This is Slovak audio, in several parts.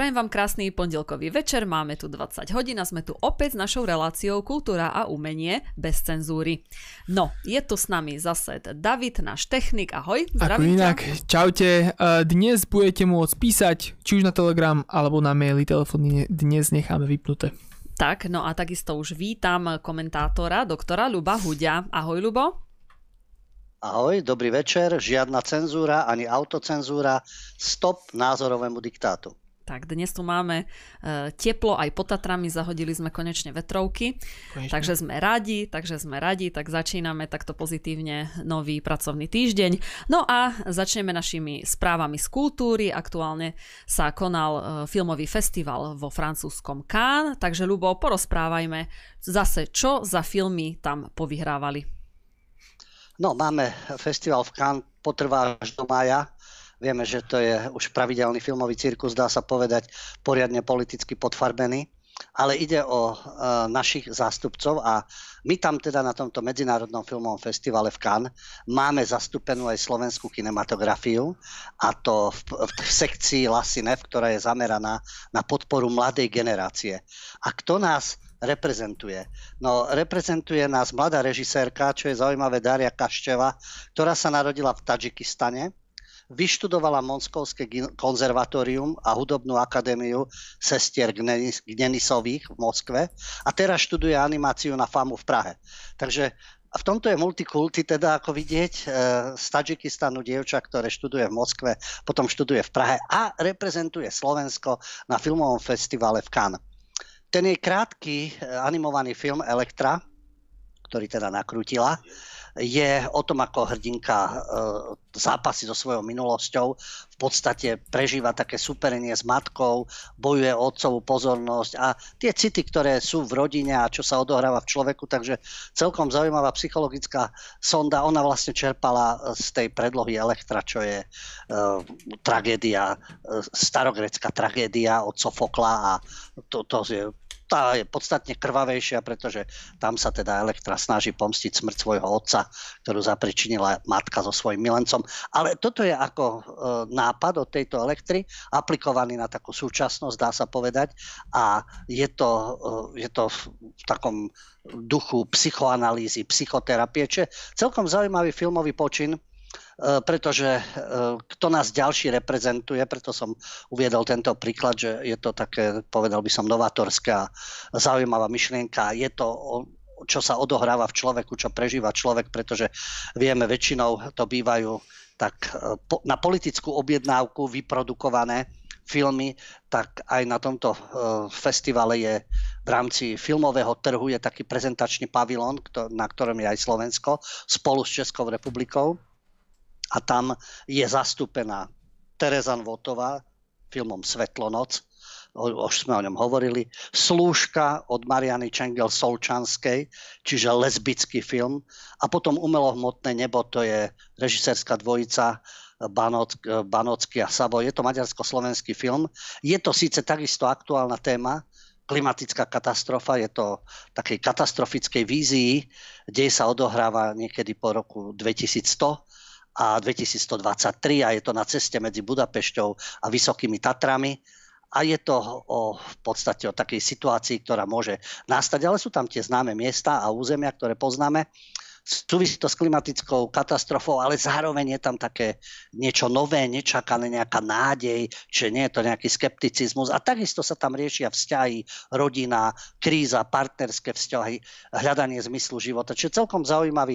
Prajem vám krásny pondelkový večer, máme tu 20 hodín a sme tu opäť s našou reláciou Kultúra a umenie bez cenzúry. No, je tu s nami zase David, náš technik, ahoj. Ako inak, čaute. Dnes budete môcť písať, či už na Telegram, alebo na maily, telefóny dnes necháme vypnuté. Tak, no a takisto už vítam komentátora, doktora Ľuba Huďa. Ahoj, Ľubo. Ahoj, dobrý večer, žiadna cenzúra, ani autocenzúra, stop názorovému diktátu. Tak, dnes tu máme teplo aj pod Tatrami, zahodili sme konečne vetrovky, takže sme radi, tak začíname takto pozitívne nový pracovný týždeň. No a začneme našimi správami z kultúry. Aktuálne sa konal filmový festival vo francúzskom Cannes, takže Ľubo, porozprávajme zase, čo za filmy tam povyhrávali. No, máme festival v Cannes, potrvá až do mája. Vieme, že to je už pravidelný filmový cirkus, dá sa povedať, poriadne politicky podfarbený. Ale ide o našich zástupcov a my tam teda na tomto medzinárodnom filmovom festivale v Cannes máme zastúpenú aj slovenskú kinematografiu, a to v sekcii La Cinef, ktorá je zameraná na podporu mladej generácie. A kto nás reprezentuje? No, reprezentuje nás mladá režisérka, čo je zaujímavé, Daria Kaščeva, ktorá sa narodila v Tadžikistane, vyštudovala Moskovské konzervatórium a hudobnú akadémiu sestier Gnenisových v Moskve a teraz študuje animáciu na FAMU v Prahe. Takže v tomto je multikulty, teda ako vidieť, z Tadžikistanu dievča, ktoré študuje v Moskve, potom študuje v Prahe a reprezentuje Slovensko na filmovom festivale v Cannes. Ten jej krátky animovaný film Elektra, ktorý teda nakrútila, je o tom, ako hrdinka zápasy so svojou minulosťou, v podstate prežíva také súperenie s matkou, bojuje o otcovú pozornosť a tie city, ktoré sú v rodine a čo sa odohráva v človeku, takže celkom zaujímavá psychologická sonda. Ona vlastne čerpala z tej predlohy Elektra, čo je tragédia, starogrécka tragédia od Sofokla, a to je tá je podstatne krvavejšia, pretože tam sa teda Elektra snaží pomstiť smrť svojho otca, ktorú zapričinila matka so svojím milencom. Ale toto je ako nápad od tejto Elektry, aplikovaný na takú súčasnosť, dá sa povedať. A je to v takom duchu psychoanalýzy, psychoterapie, čo je celkom zaujímavý filmový počin, pretože kto nás ďalší reprezentuje, preto som uviedol tento príklad, že je to také, povedal by som, novátorská zaujímavá myšlienka. Je to, čo sa odohráva v človeku, čo prežíva človek, pretože vieme, väčšinou to bývajú tak na politickú objednávku vyprodukované filmy, tak aj na tomto festivale je v rámci filmového trhu je taký prezentačný pavilón, na ktorom je aj Slovensko spolu s Českou republikou. A tam je zastúpená Tereza Nvotová filmom Svetlonoc, už sme o ňom hovorili, Slúžka od Mariany Čengel-Solčanskej, čiže lesbický film, a potom Umelohmotné nebo, to je režisérska dvojica Banocký a Sabo. Je to maďarsko-slovenský film. Je to síce takisto aktuálna téma, klimatická katastrofa, je to takej katastrofickej vízii, kde sa odohráva niekedy po roku 2100 a 2123 a je to na ceste medzi Budapešťou a Vysokými Tatrami a je to v podstate o takej situácii, ktorá môže nastať, ale sú tam tie známe miesta a územia, ktoré poznáme. Súvisí to s klimatickou katastrofou, ale zároveň je tam také niečo nové, nečakané, nejaká nádej, čiže nie je to nejaký skepticizmus. A takisto sa tam riešia vzťahy, rodina, kríza, partnerské vzťahy, hľadanie zmyslu života. Čiže celkom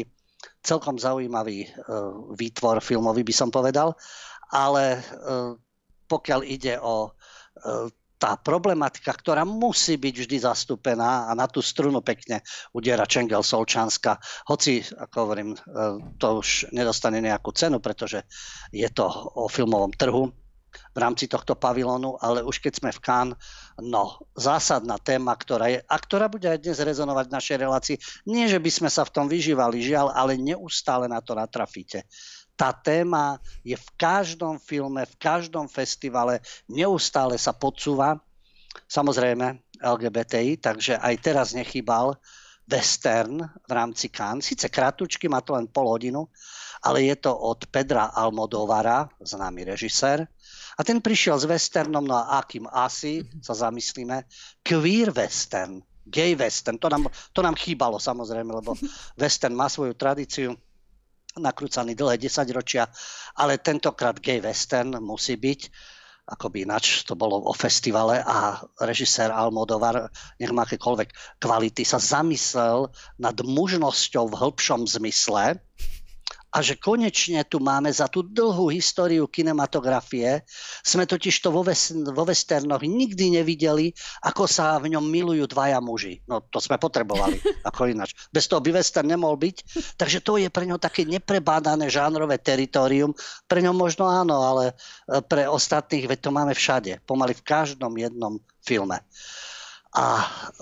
zaujímavý výtvor filmový, by som povedal. Ale pokiaľ ide o tá problematika, ktorá musí byť vždy zastúpená, a na tú strunu pekne udiera Čengel-Solčanská, hoci, ako hovorím, to už nedostane nejakú cenu, pretože je to o filmovom trhu v rámci tohto pavilónu, ale už keď sme v Cannes, no, zásadná téma, ktorá bude aj dnes rezonovať v našej relácii, nie, že by sme sa v tom vyžívali, žiaľ, ale neustále na to natrafíte. Tá téma je v každom filme, v každom festivale, neustále sa podsúva, samozrejme LGBTI, takže aj teraz nechýbal western v rámci Cannes, síce kratučky, má to len pol hodinu, ale je to od Pedra Almodóvara, známy režisér, A ten prišiel s westernom, no a akým asi, sa zamyslíme, queer western, gay western. To nám chýbalo samozrejme, lebo western má svoju tradíciu, nakrúcaný dlhé 10 ročia, ale tentokrát gay western musí byť, akoby ináč to bolo o festivale a režisér Almodóvar, nech má akékoľvek kvality, sa zamyslel nad mužnosťou v hĺbšom zmysle a že konečne tu máme za tú dlhú históriu kinematografie, sme totiž to vo westernoch nikdy nevideli, ako sa v ňom milujú dvaja muži. No to sme potrebovali, ako ináč. Bez toho by western nemohol byť. Takže to je pre ňo také neprebádané žánrové teritorium. Pre ňo možno áno, ale pre ostatných, veď to máme všade. Pomaly v každom jednom filme. A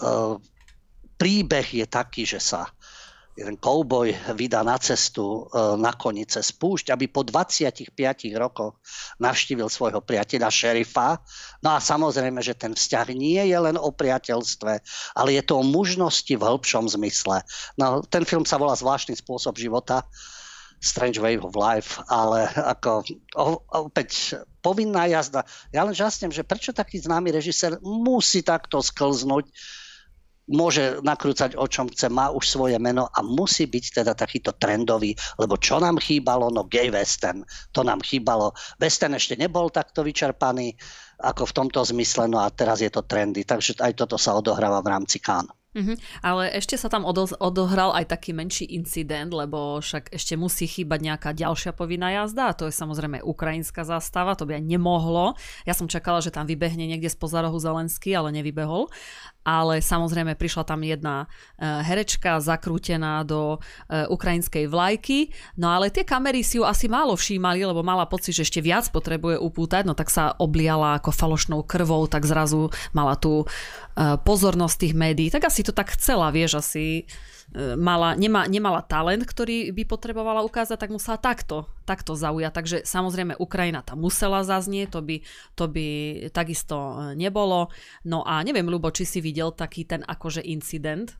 príbeh je taký, že sa jeden kouboj vydá na cestu na koni cez púšť, aby po 25 rokoch navštívil svojho priateľa šerifa. No a samozrejme, že ten vzťah nie je len o priateľstve, ale je to o mužnosti v hĺbšom zmysle. No, ten film sa volá Zvláštny spôsob života, Strange Way of Life, ale ako opäť povinná jazda. Ja len žasnem, že prečo taký známy režisér musí takto sklznúť, môže nakrúcať o čom chce, má už svoje meno a musí byť teda takýto trendový, lebo čo nám chýbalo? No gay western, to nám chýbalo. Western ešte nebol takto vyčerpaný ako v tomto zmysle, no a teraz je to trendy, takže aj toto sa odohráva v rámci Cannes. Ale ešte sa tam odohral aj taký menší incident, lebo však ešte musí chýbať nejaká ďalšia povinná jazda a to je samozrejme ukrajinská zástava, to by aj nemohlo. Ja som čakala, že tam vybehne niekde spoza rohu Zelenský, ale nevybehol. Ale samozrejme prišla tam jedna herečka zakrútená do ukrajinskej vlajky, no ale tie kamery si ju asi málo všímali, lebo mala pocit, že ešte viac potrebuje upútať, no tak sa obliala ako falošnou krvou, tak zrazu mala tú pozornosť tých médií, tak asi to tak chcela, vieš, asi nemala talent, ktorý by potrebovala ukázať, tak musela takto zaujať. Takže samozrejme Ukrajina tam musela zaznieť, to by takisto nebolo. No a neviem, Ľubo, či si videl taký ten akože incident?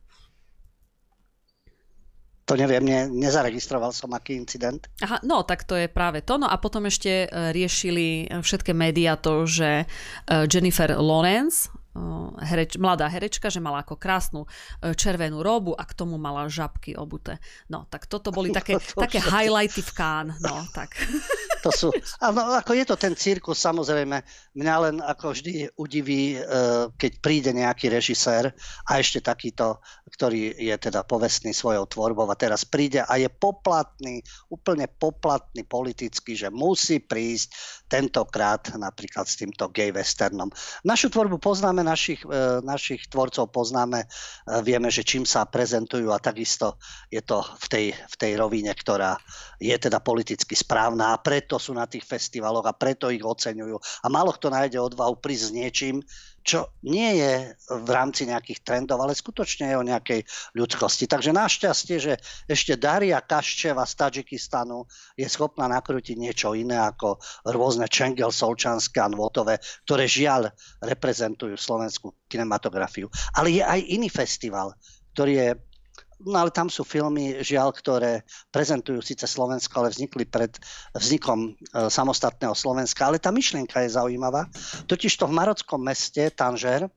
To neviem, nezaregistroval som aký incident. Aha, no tak to je práve to. No a potom ešte riešili všetky médiá to, že Jennifer Lawrence, mladá herečka, že mala ako krásnu červenú robu a k tomu mala žabky obuté. No, tak toto boli také highlighty v Cannes. No, tak. To sú, áno, ako je to ten cirkus, samozrejme. Mňa len ako vždy udiví, keď príde nejaký režisér a ešte takýto, ktorý je teda povestný svojou tvorbou a teraz príde a je poplatný, úplne poplatný politicky, že musí prísť tentokrát napríklad s týmto gay westernom. Našu tvorbu poznáme, našich tvorcov poznáme, vieme, že čím sa prezentujú a takisto je to v tej rovine, ktorá je teda politicky správna a preto sú na tých festivaloch a preto ich oceňujú. A málo kto nájde odvahu prísť s niečím, čo nie je v rámci nejakých trendov, ale skutočne je o nejakej ľudskosti. Takže našťastie, že ešte Daria Kaščeva z Tadžikistanu je schopná nakrútiť niečo iné ako rôzne Čengel, Solčanské a Nvotové, ktoré žiaľ reprezentujú slovenskú kinematografiu. Ale je aj iný festival, ktorý je, no ale tam sú filmy, žiaľ, ktoré prezentujú síce Slovensko, ale vznikli pred vznikom samostatného Slovenska. Ale tá myšlienka je zaujímavá. Totižto v marockom meste Tanger,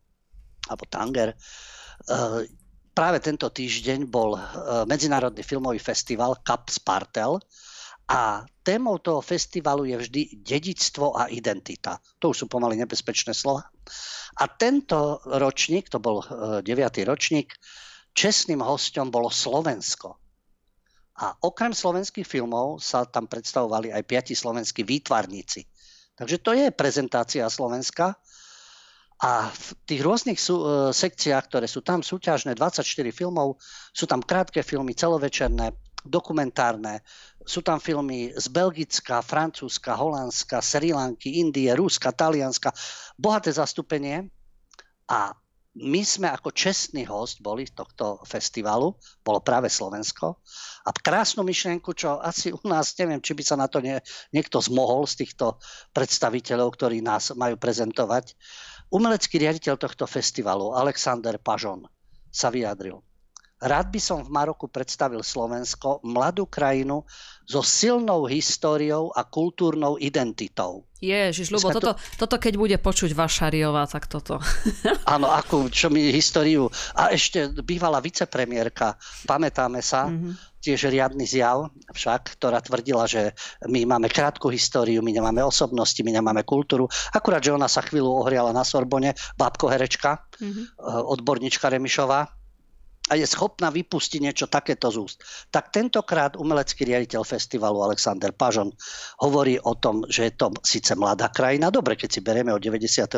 práve tento týždeň bol medzinárodný filmový festival Cap Spartel a témou toho festivalu je vždy dedičstvo a identita. To už sú pomaly nebezpečné slova. A tento ročník, to bol 9. ročník, čestným hosťom bolo Slovensko. A okrem slovenských filmov sa tam predstavovali aj 5 slovenskí výtvarníci. Takže to je prezentácia Slovenska. A v tých rôznych sekciách, ktoré sú tam súťažné, 24 filmov, sú tam krátke filmy, celovečerné, dokumentárne, sú tam filmy z Belgicka, Francúzska, Holandska, Sri Lanky, Indie, Ruska, Talianska. Bohaté zastúpenie a my sme ako čestný host boli tohto festivalu, bolo práve Slovensko a krásnu myšlienku, čo asi u nás, neviem, či by sa na to niekto zmohol z týchto predstaviteľov, ktorí nás majú prezentovať. Umelecký riaditeľ tohto festivalu, Alexander Pažon, sa vyjadril. rád by som v Maroku predstavil Slovensko, mladú krajinu so silnou históriou a kultúrnou identitou. Ježiš, Ľubo, toto keď bude počuť Vašariová, tak toto. Áno, čo mi históriu. A ešte bývalá vicepremiérka, pamätáme sa, tiež riadny zjav však, ktorá tvrdila, že my máme krátku históriu, my nemáme osobnosti, my nemáme kultúru. Akurát, že ona sa chvíľu ohriala na Sorbone, bábko herečka, odborníčka Remišová, a je schopná vypustiť niečo takéto z úst. Tak tentokrát umelecký riaditeľ festivalu Alexander Pažon hovorí o tom, že je to síce mladá krajina, dobre, keď si berieme od 93.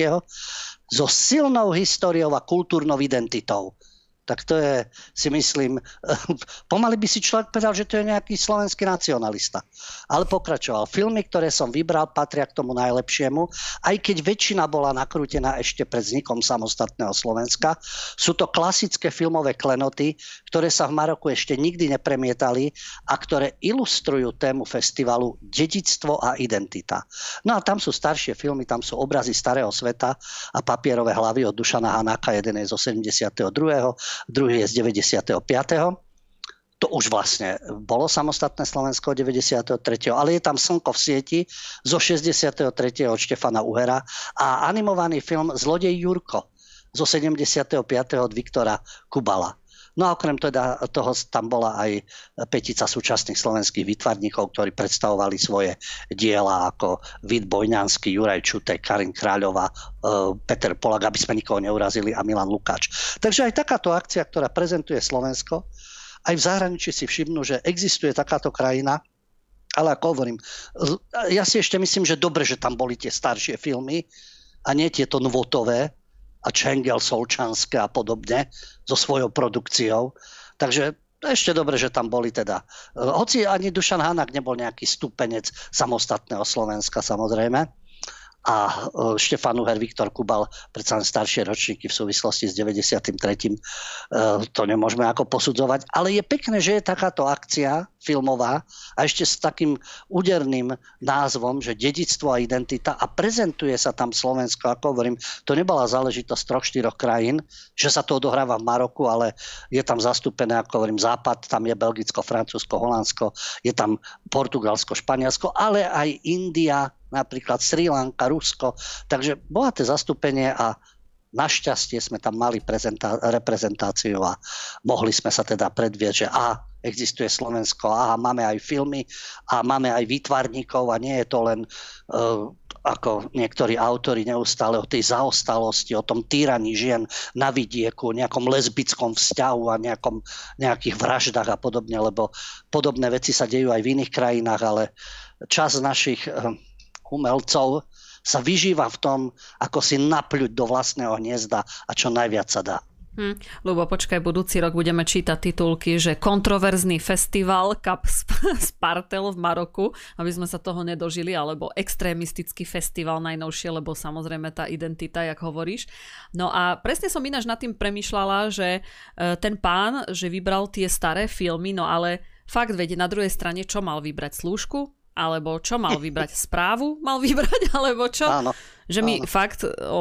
so silnou históriou a kultúrnou identitou. Tak to je, si myslím, pomaly by si človek povedal, že to je nejaký slovenský nacionalista. Ale pokračoval. Filmy, ktoré som vybral, patria k tomu najlepšiemu, aj keď väčšina bola nakrútená ešte pred vznikom samostatného Slovenska. Sú to klasické filmové klenoty, ktoré sa v Maroku ešte nikdy nepremietali a ktoré ilustrujú tému festivalu dedičstvo a identita. No a tam sú staršie filmy, tam sú Obrazy starého sveta a Papierové hlavy od Dušana Hanáka, jeden je zo 72., druhý je z 95. To už vlastne bolo samostatné Slovensko 93. Ale je tam Slnko v sieti zo 63. od Štefana Uhera a animovaný film Zlodej Jurko zo 75. od Viktora Kubala. No a okrem toho tam bola aj petica súčasných slovenských výtvarníkov, ktorí predstavovali svoje diela ako Vít Bojňanský, Juraj Čutek, Karin Kráľová, Peter Polak, aby sme nikoho neurazili, a Milan Lukáč. Takže aj takáto akcia, ktorá prezentuje Slovensko, aj v zahraničí si všimnú, že existuje takáto krajina, ale ako hovorím, ja si ešte myslím, že dobre, že tam boli tie staršie filmy a nie tieto novotové, a Čengel, Solčanské a podobne so svojou produkciou. Takže ešte dobre, že tam boli teda. Hoci ani Dušan Hanák nebol nejaký stupenec samostatného Slovenska, samozrejme. A Štefan Uher, Viktor Kubal, predsa len staršie ročníky v súvislosti s 93. To nemôžeme ako posudzovať. Ale je pekné, že je takáto akcia filmová a ešte s takým úderným názvom, že dedičstvo a identita, a prezentuje sa tam Slovensko, ako hovorím, to nebola záležitosť 3-4 krajín, že sa to odohráva v Maroku, ale je tam zastúpené, ako hovorím, Západ, tam je Belgicko, Francúzsko, Holandsko, je tam Portugalsko, Španielsko, ale aj India, napríklad Sri Lanka, Rusko. Takže bohaté zastúpenie a našťastie sme tam mali reprezentáciu a mohli sme sa teda predvieť, že existuje Slovensko, máme aj filmy a máme aj výtvarníkov a nie je to len ako niektorí autori neustále o tej zaostalosti, o tom týraní žien na vidieku, nejakom lesbickom vzťahu a nejakých vraždách a podobne, lebo podobné veci sa dejú aj v iných krajinách, ale časť našich umelcov sa vyžíva v tom, ako si napľuť do vlastného hniezda a čo najviac sa dá. Ľubo, počkaj, budúci rok budeme čítať titulky, že kontroverzný festival Cap Spartel v Maroku, aby sme sa toho nedožili, alebo extrémistický festival najnovšie, lebo samozrejme tá identita, jak hovoríš. No a presne som ináč nad tým premýšľala, že ten pán, že vybral tie staré filmy, no ale fakt, veď na druhej strane, čo mal vybrať, Slúžku? Alebo čo mal vybrať? Správu mal vybrať? Alebo čo? Áno. Že my fakt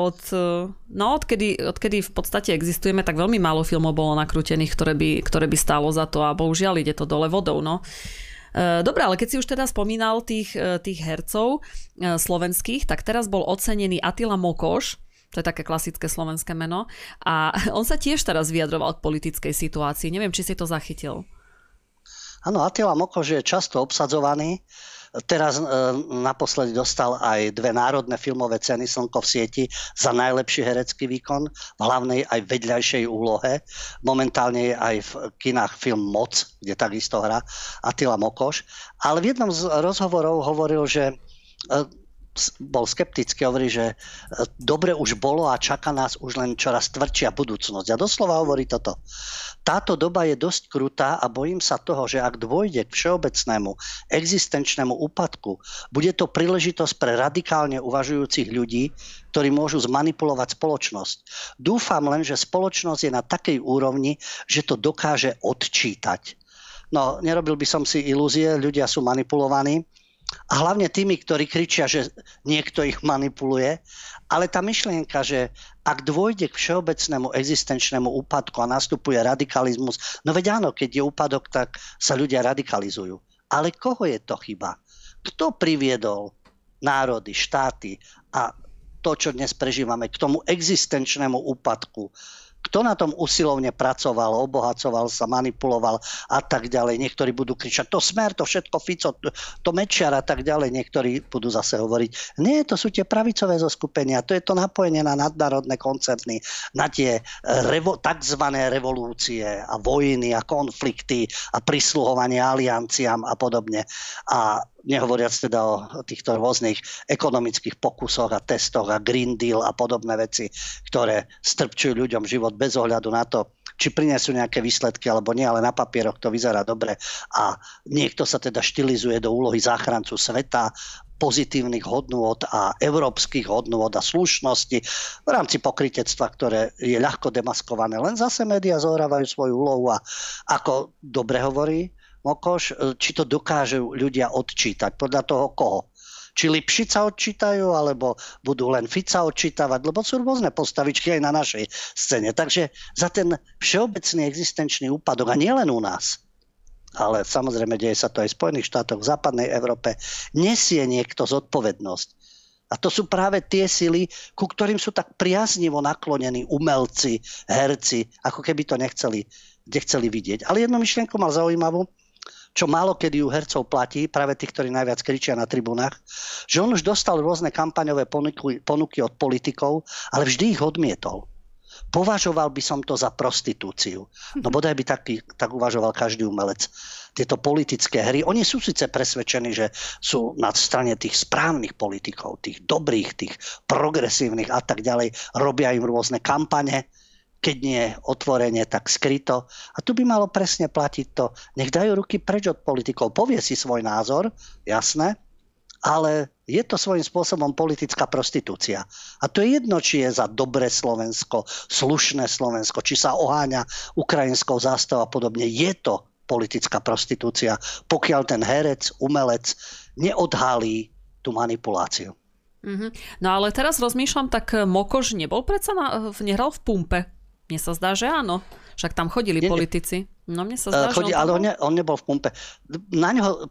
odkedy v podstate existujeme, tak veľmi málo filmov bolo nakrútených, ktoré by stálo za to, a bohužiaľ ide to dole vodou. No. Dobre, ale keď si už teda spomínal tých hercov slovenských, tak teraz bol ocenený Attila Mokoš, to je také klasické slovenské meno, a on sa tiež teraz vyjadroval k politickej situácii. Neviem, či si to zachytil. Áno, Attila Mokoš je často obsadzovaný. Teraz naposledy dostal aj 2 národné filmové ceny Slnko v sieti za najlepší herecký výkon v hlavnej aj vedľajšej úlohe. Momentálne je aj v kinách film Moc, kde takisto hrá Attila Mokoš. Ale v jednom z rozhovorov hovoril, že bol skeptický, hovorí, že dobre už bolo a čaká nás už len čoraz tvrdšia budúcnosť. A doslova hovorí toto. Táto doba je dosť krutá a bojím sa toho, že ak dôjde k všeobecnému existenčnému úpadku, bude to príležitosť pre radikálne uvažujúcich ľudí, ktorí môžu zmanipulovať spoločnosť. Dúfam len, že spoločnosť je na takej úrovni, že to dokáže odčítať. No, nerobil by som si ilúzie, ľudia sú manipulovaní. A hlavne tými, ktorí kričia, že niekto ich manipuluje. Ale tá myšlienka, že ak dôjde k všeobecnému existenčnému úpadku a nastupuje radikalizmus, no veď áno, keď je úpadok, tak sa ľudia radikalizujú. Ale koho je to chyba? Kto priviedol národy, štáty a to, čo dnes prežívame, k tomu existenčnému úpadku? Kto na tom usilovne pracoval, obohacoval sa, manipuloval a tak ďalej. Niektorí budú kričať, to Smer, to všetko Fico, to Mečiar a tak ďalej. Niektorí budú zase hovoriť, nie, to sú tie pravicové zoskupenia, to je to napojenie na nadnárodné koncerny, na tie takzvané revolúcie a vojny a konflikty a prisluhovanie alianciám a podobne. A nehovoriac teda o týchto rôznych ekonomických pokusoch a testoch a Green Deal a podobné veci, ktoré strpčujú ľuďom život bez ohľadu na to, či prinesú nejaké výsledky alebo nie, ale na papieroch to vyzerá dobre a niekto sa teda štilizuje do úlohy záchrancu sveta, pozitívnych hodnôt a európskych hodnôt a slušnosti v rámci pokrytectva, ktoré je ľahko demaskované. Len zase médiá zohrávajú svoju úlohu a ako dobre hovorí Mokoš, či to dokážu ľudia odčítať, podľa toho koho. Či Lipšica odčítajú, alebo budú len Fica odčítavať, lebo sú rôzne postavičky aj na našej scéne. Takže za ten všeobecný existenčný úpadok, a nielen u nás, ale samozrejme deje sa to aj v Spojených štátoch, v západnej Európe, nesie niekto zodpovednosť. A to sú práve tie sily, ku ktorým sú tak priaznivo naklonení umelci, herci, ako keby to nechceli vidieť. Ale jednu myšlienku mal zaujímavú, čo málo kedy u hercov platí, práve tých, ktorí najviac kričia na tribunách, že on už dostal rôzne kampaňové ponuky od politikov, ale vždy ich odmietol. Považoval by som to za prostitúciu. No bodaj by tak uvažoval každý umelec. Tieto politické hry, oni sú síce presvedčení, že sú na strane tých správnych politikov, tých dobrých, tých progresívnych a tak ďalej, robia im rôzne kampane, keď nie otvorene, tak skryto. A tu by malo presne platiť to. Nech dajú ruky preč od politikov. Povie si svoj názor, jasné, ale je to svojím spôsobom politická prostitúcia. A to je jedno, či je za dobré Slovensko, slušné Slovensko, či sa oháňa ukrajinskou zástavou a podobne. Je to politická prostitúcia, pokiaľ ten herec, umelec neodhalí tú manipuláciu. Mm-hmm. No ale teraz rozmýšľam, tak Mokoš nebol predsa nehral v Pumpe. Mne sa zdá, že áno. Však tam chodili politici. No mne sa zdá, že ale on nebol v Pumpe. Na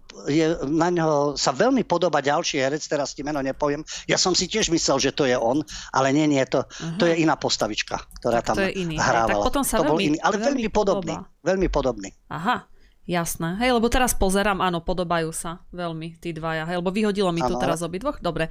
ňoho sa veľmi podobá ďalší herec, teraz ti meno nepoviem. Ja som si tiež myslel, že to je on, ale nie, to je iná postavička, ktorá tak tam hrávala. Tak potom sa to bol iný, ale veľmi podobný. Veľmi podobný. Aha. Jasné. Hej, lebo teraz pozerám, áno, podobajú sa veľmi tí dvaja. Hej, lebo vyhodilo mi to teraz obidvoch. Dobre.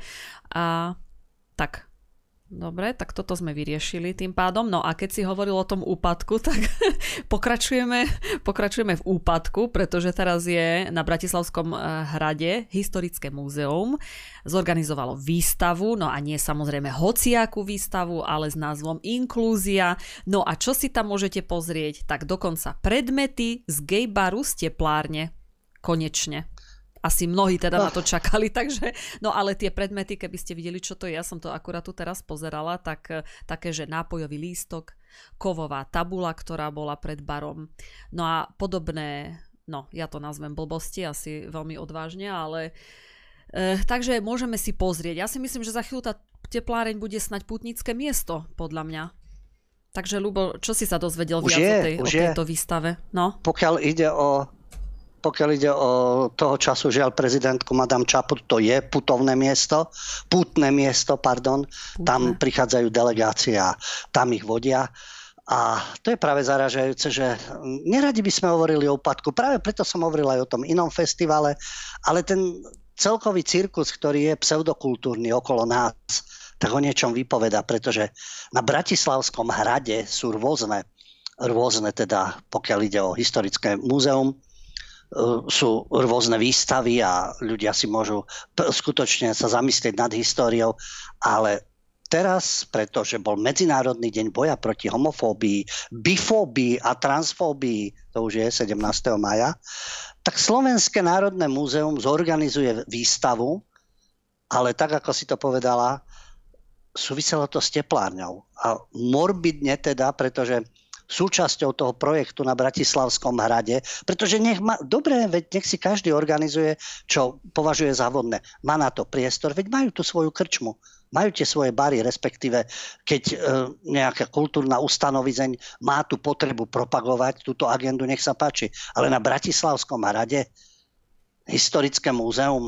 Tak. Dobre, tak toto sme vyriešili tým pádom. No a keď si hovoril o tom úpadku, tak pokračujeme v úpadku, pretože teraz je na Bratislavskom hrade Historické múzeum. Zorganizovalo výstavu, no a nie samozrejme hociakú výstavu, ale s názvom Inklúzia. No a čo si tam môžete pozrieť? Tak dokonca predmety z gay baru z teplárne. Konečne. Asi mnohí teda na to čakali, takže, no ale tie predmety, keby ste videli, čo to je, ja som to akurát tu teraz pozerala, tak také, že nápojový lístok, kovová tabula, ktorá bola pred barom, no a podobné, no ja to nazvem blbosti, asi veľmi odvážne, ale takže môžeme si pozrieť. Ja si myslím, že za chvíľu tá tepláreň bude snať pútnické miesto, podľa mňa. Takže Ľubo, čo si sa dozvedel viac o tejto výstave? No? Pokiaľ ide o toho času, žiaľ, prezidentku Madame Čaput, to je pútne miesto. Tam prichádzajú delegácie a tam ich vodia. A to je práve zaražajúce, že neradi by sme hovorili o úpadku. Práve preto som hovoril aj o tom inom festivale, ale ten celkový cirkus, ktorý je pseudokultúrny okolo nás, tak o niečom vypovedá, pretože na Bratislavskom hrade sú rôzne teda, pokiaľ ide o historické múzeum, sú rôzne výstavy a ľudia si môžu skutočne sa zamyslieť nad históriou, ale teraz, pretože bol Medzinárodný deň boja proti homofóbii, bifóbii a transfóbii, to už je 17. mája, tak Slovenské národné múzeum zorganizuje výstavu, ale tak, ako si to povedala, súviselo to s teplárňou. A morbidne teda, pretože súčasťou toho projektu na Bratislavskom hrade, pretože nech si každý organizuje, čo považuje za vhodné. Má na to priestor, veď majú tu svoju krčmu, majú tie svoje bary, respektíve keď nejaká kultúrna ustanovizeň má tú potrebu propagovať túto agendu, nech sa páči. Ale na Bratislavskom hrade historické múzeum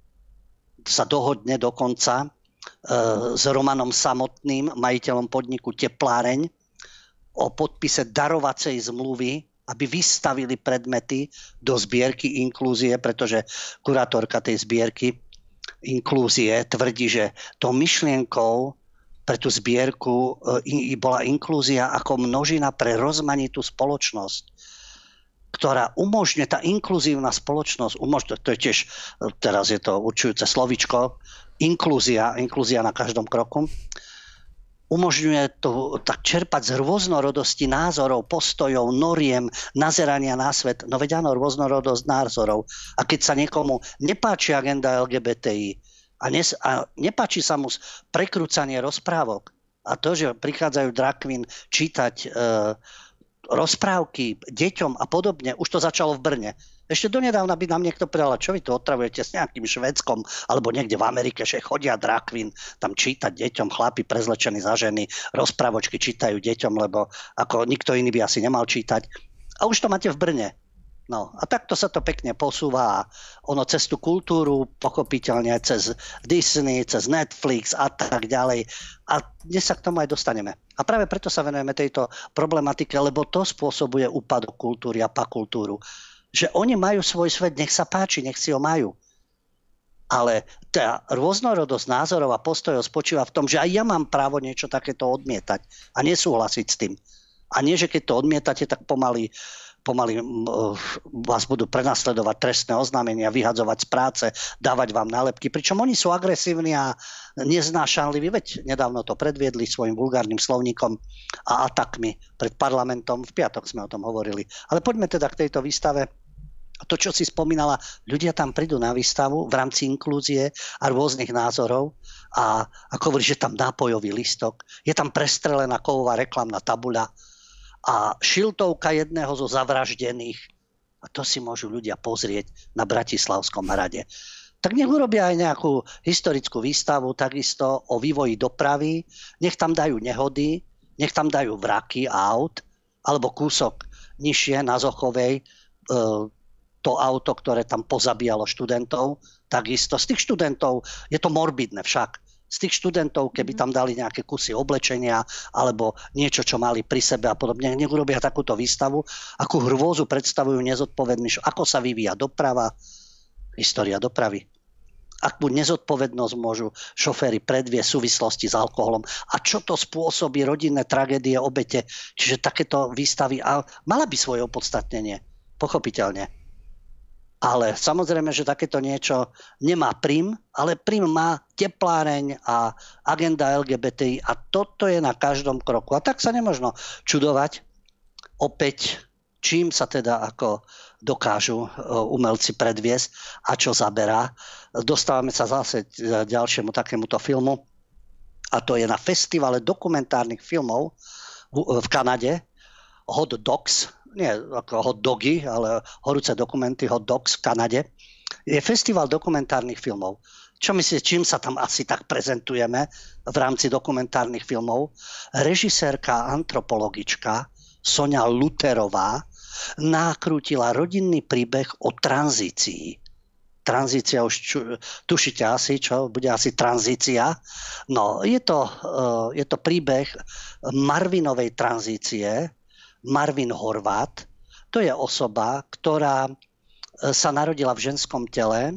sa dohodne dokonca s Romanom Samotným, majiteľom podniku Tepláreň, o podpise darovacej zmluvy, aby vystavili predmety do zbierky inklúzie, pretože kurátorka tej zbierky inklúzie tvrdí, že tou myšlienkou pre tú zbierku bola inklúzia ako množina pre rozmanitú spoločnosť, ktorá umožňuje, tá inkluzívna spoločnosť, to je tiež, teraz je to určujúce slovíčko, inklúzia na každom kroku, umožňuje to tak čerpať z rôznorodosti názorov, postojov, noriem, nazerania na svet. No veď áno, rôznorodosť názorov. A keď sa niekomu nepáči agenda LGBTI a nepáči sa mu prekrúcanie rozprávok a to, že prichádzajú drag queen čítať rozprávky deťom a podobne, už to začalo v Brne. Ešte donedávna by nám niekto povedal, čo vy tu otravujete s nejakým Švédskom alebo niekde v Amerike, že chodia drag queen tam čítať deťom, chlapi prezlečení za ženy, rozprávočky čítajú deťom, lebo ako nikto iný by asi nemal čítať. A už to máte v Brne. No a takto sa to pekne posúva ono cez tú kultúru, pochopiteľne cez Disney, cez Netflix a tak ďalej. A dnes sa k tomu aj dostaneme. A práve preto sa venujeme tejto problematike, lebo to spôsobuje úpadok kultúry a pakultúru. Že oni majú svoj svet, nech sa páči, nech si ho majú. Ale tá rôznorodosť názorov a postojov spočíva v tom, že aj ja mám právo niečo takéto odmietať a nesúhlasiť s tým. A nie, že keď to odmietate, tak pomaly vás budú prenasledovať trestné oznámenia, vyhadzovať z práce, dávať vám nálepky. Pričom oni sú agresívni a neznášanliví, veď nedávno to predviedli svojim vulgárnym slovníkom a atakmi pred parlamentom. V piatok sme o tom hovorili. Ale poďme teda k tejto výstave. To, čo si spomínala, ľudia tam prídu na výstavu v rámci inklúzie a rôznych názorov a ako hovorí, že tam nápojový listok, je tam prestrelená kovová reklamná tabuľa a šiltovka jedného zo zavraždených. A to si môžu ľudia pozrieť na Bratislavskom hrade. Tak nech urobia aj nejakú historickú výstavu, takisto o vývoji dopravy, nech tam dajú nehody, nech tam dajú vraky aut, alebo kúsok nižšie na Zochovej, to auto, ktoré tam pozabíjalo študentov, takisto. Z tých študentov, je to morbidné však, z tých študentov, keby tam dali nejaké kusy oblečenia alebo niečo, čo mali pri sebe a podobne, nech urobia takúto výstavu, akú hrôzu predstavujú nezodpovední, ako sa vyvíja doprava, história dopravy. Akú nezodpovednosť môžu šoféry predviesť v súvislosti s alkoholom a čo to spôsobí rodinné tragédie, obete. Čiže takéto výstavy, a mala by svoje opodstatnenie, pochopiteľne. Ale samozrejme, že takéto niečo nemá Prim, ale Prim má Tepláreň a agenda LGBTI a toto je na každom kroku. A tak sa nemožno čudovať opäť, čím sa teda ako dokážu umelci predviesť a čo zaberá. Dostávame sa zase k ďalšiemu takémuto filmu a to je na festivale dokumentárnych filmov v Kanade Hot Dogs, nie ako hot dogy, ale horúce dokumenty Hot Dogs v Kanade. Je festival dokumentárnych filmov. Čo myslíte, čím sa tam asi tak prezentujeme v rámci dokumentárnych filmov? Režisérka a antropologička Soňa Luterová nakrútila rodinný príbeh o tranzícii. Tranzícia, už tušíte asi, čo bude asi tranzícia. No, je to príbeh Marvinovej tranzície. Marvin Horvát, to je osoba, ktorá sa narodila v ženskom tele,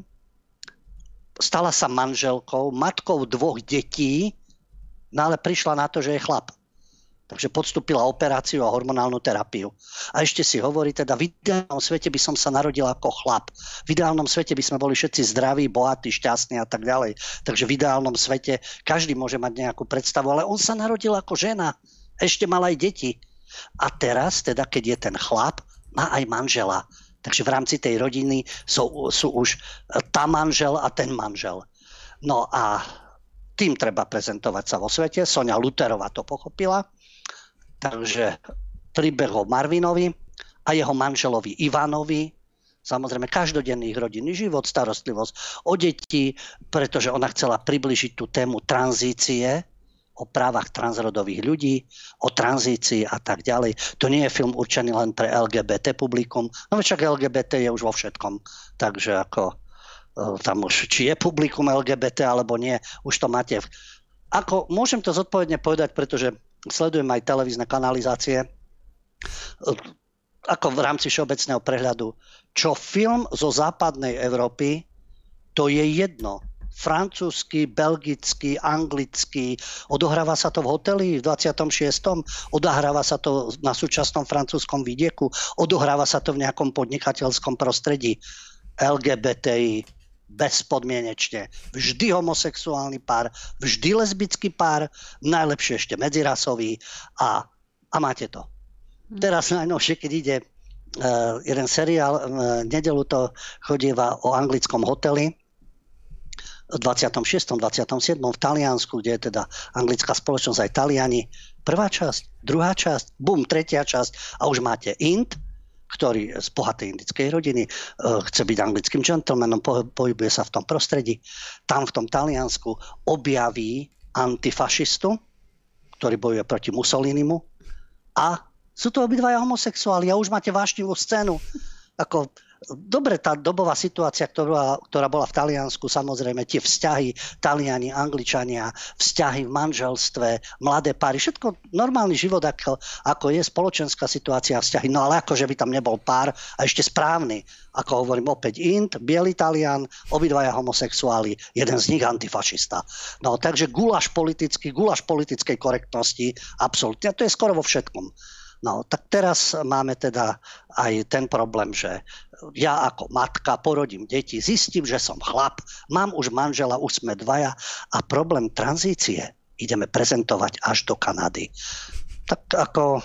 stala sa manželkou, matkou 2 detí, no ale prišla na to, že je chlap. Takže podstúpila operáciu a hormonálnu terapiu. A ešte si hovorí, teda v ideálnom svete by som sa narodila ako chlap. V ideálnom svete by sme boli všetci zdraví, bohatí, šťastní a tak ďalej. Takže v ideálnom svete každý môže mať nejakú predstavu, ale on sa narodil ako žena. Ešte mal aj deti. A teraz, teda, keď je ten chlap, má aj manžela. Takže v rámci tej rodiny sú už tá manžel a ten manžel. No a tým treba prezentovať sa vo svete. Soňa Luterová to pochopila. Takže príbeh o Marvinovi a jeho manželovi Ivanovi. Samozrejme, každodenný rodinný život, starostlivosť o deti, pretože ona chcela približiť tú tému tranzície, o právach transrodových ľudí, o tranzícii a tak ďalej. To nie je film určený len pre LGBT publikum, no však LGBT je už vo všetkom. Takže ako tam už, či je publikum LGBT alebo nie, už to máte. Ako, môžem to zodpovedne povedať, pretože sledujem aj televízne kanalizácie, ako v rámci všeobecného prehľadu, čo film zo západnej Európy, to je jedno. Francúzsky, belgický, anglický, odohráva sa to v hoteli v 26. Odohráva sa to na súčasnom francúzskom vidieku, odohráva sa to v nejakom podnikateľskom prostredí. LGBTI bezpodmienečne. Vždy homosexuálny pár, vždy lesbický pár, najlepšie ešte medzirasový a máte to. Teraz najnovšie, keď ide jeden seriál, v nedeľu to chodieva o anglickom hoteli, v 26. 27. v Taliansku, kde je teda anglická spoločnosť aj Taliani. Prvá časť, druhá časť, bum, tretia časť a už máte Ind, ktorý z bohatej indickej rodiny chce byť anglickým gentlemanom, pohybuje sa v tom prostredí. Tam v tom Taliansku objaví antifašistu, ktorý bojuje proti Mussolinimu a sú to obidvaja homosexuáli a už máte vášnivú scénu. Ako dobre, tá dobová situácia, ktorá bola v Taliansku, samozrejme tie vzťahy Taliani, Angličania, vzťahy v manželstve, mladé páry, všetko normálny život, ako je spoločenská situácia, vzťahy, no ale akože by tam nebol pár a ešte správny, ako hovorím opäť Ind, biely Talian, obidvaja homosexuáli, jeden z nich antifašista. No takže guláš politickej korektnosti, absolútne, to je skoro vo všetkom. No, tak teraz máme teda aj ten problém, že ja ako matka porodím deti, zistím, že som chlap, mám už manžela, už sme dvaja a problém tranzície ideme prezentovať až do Kanady. Tak ako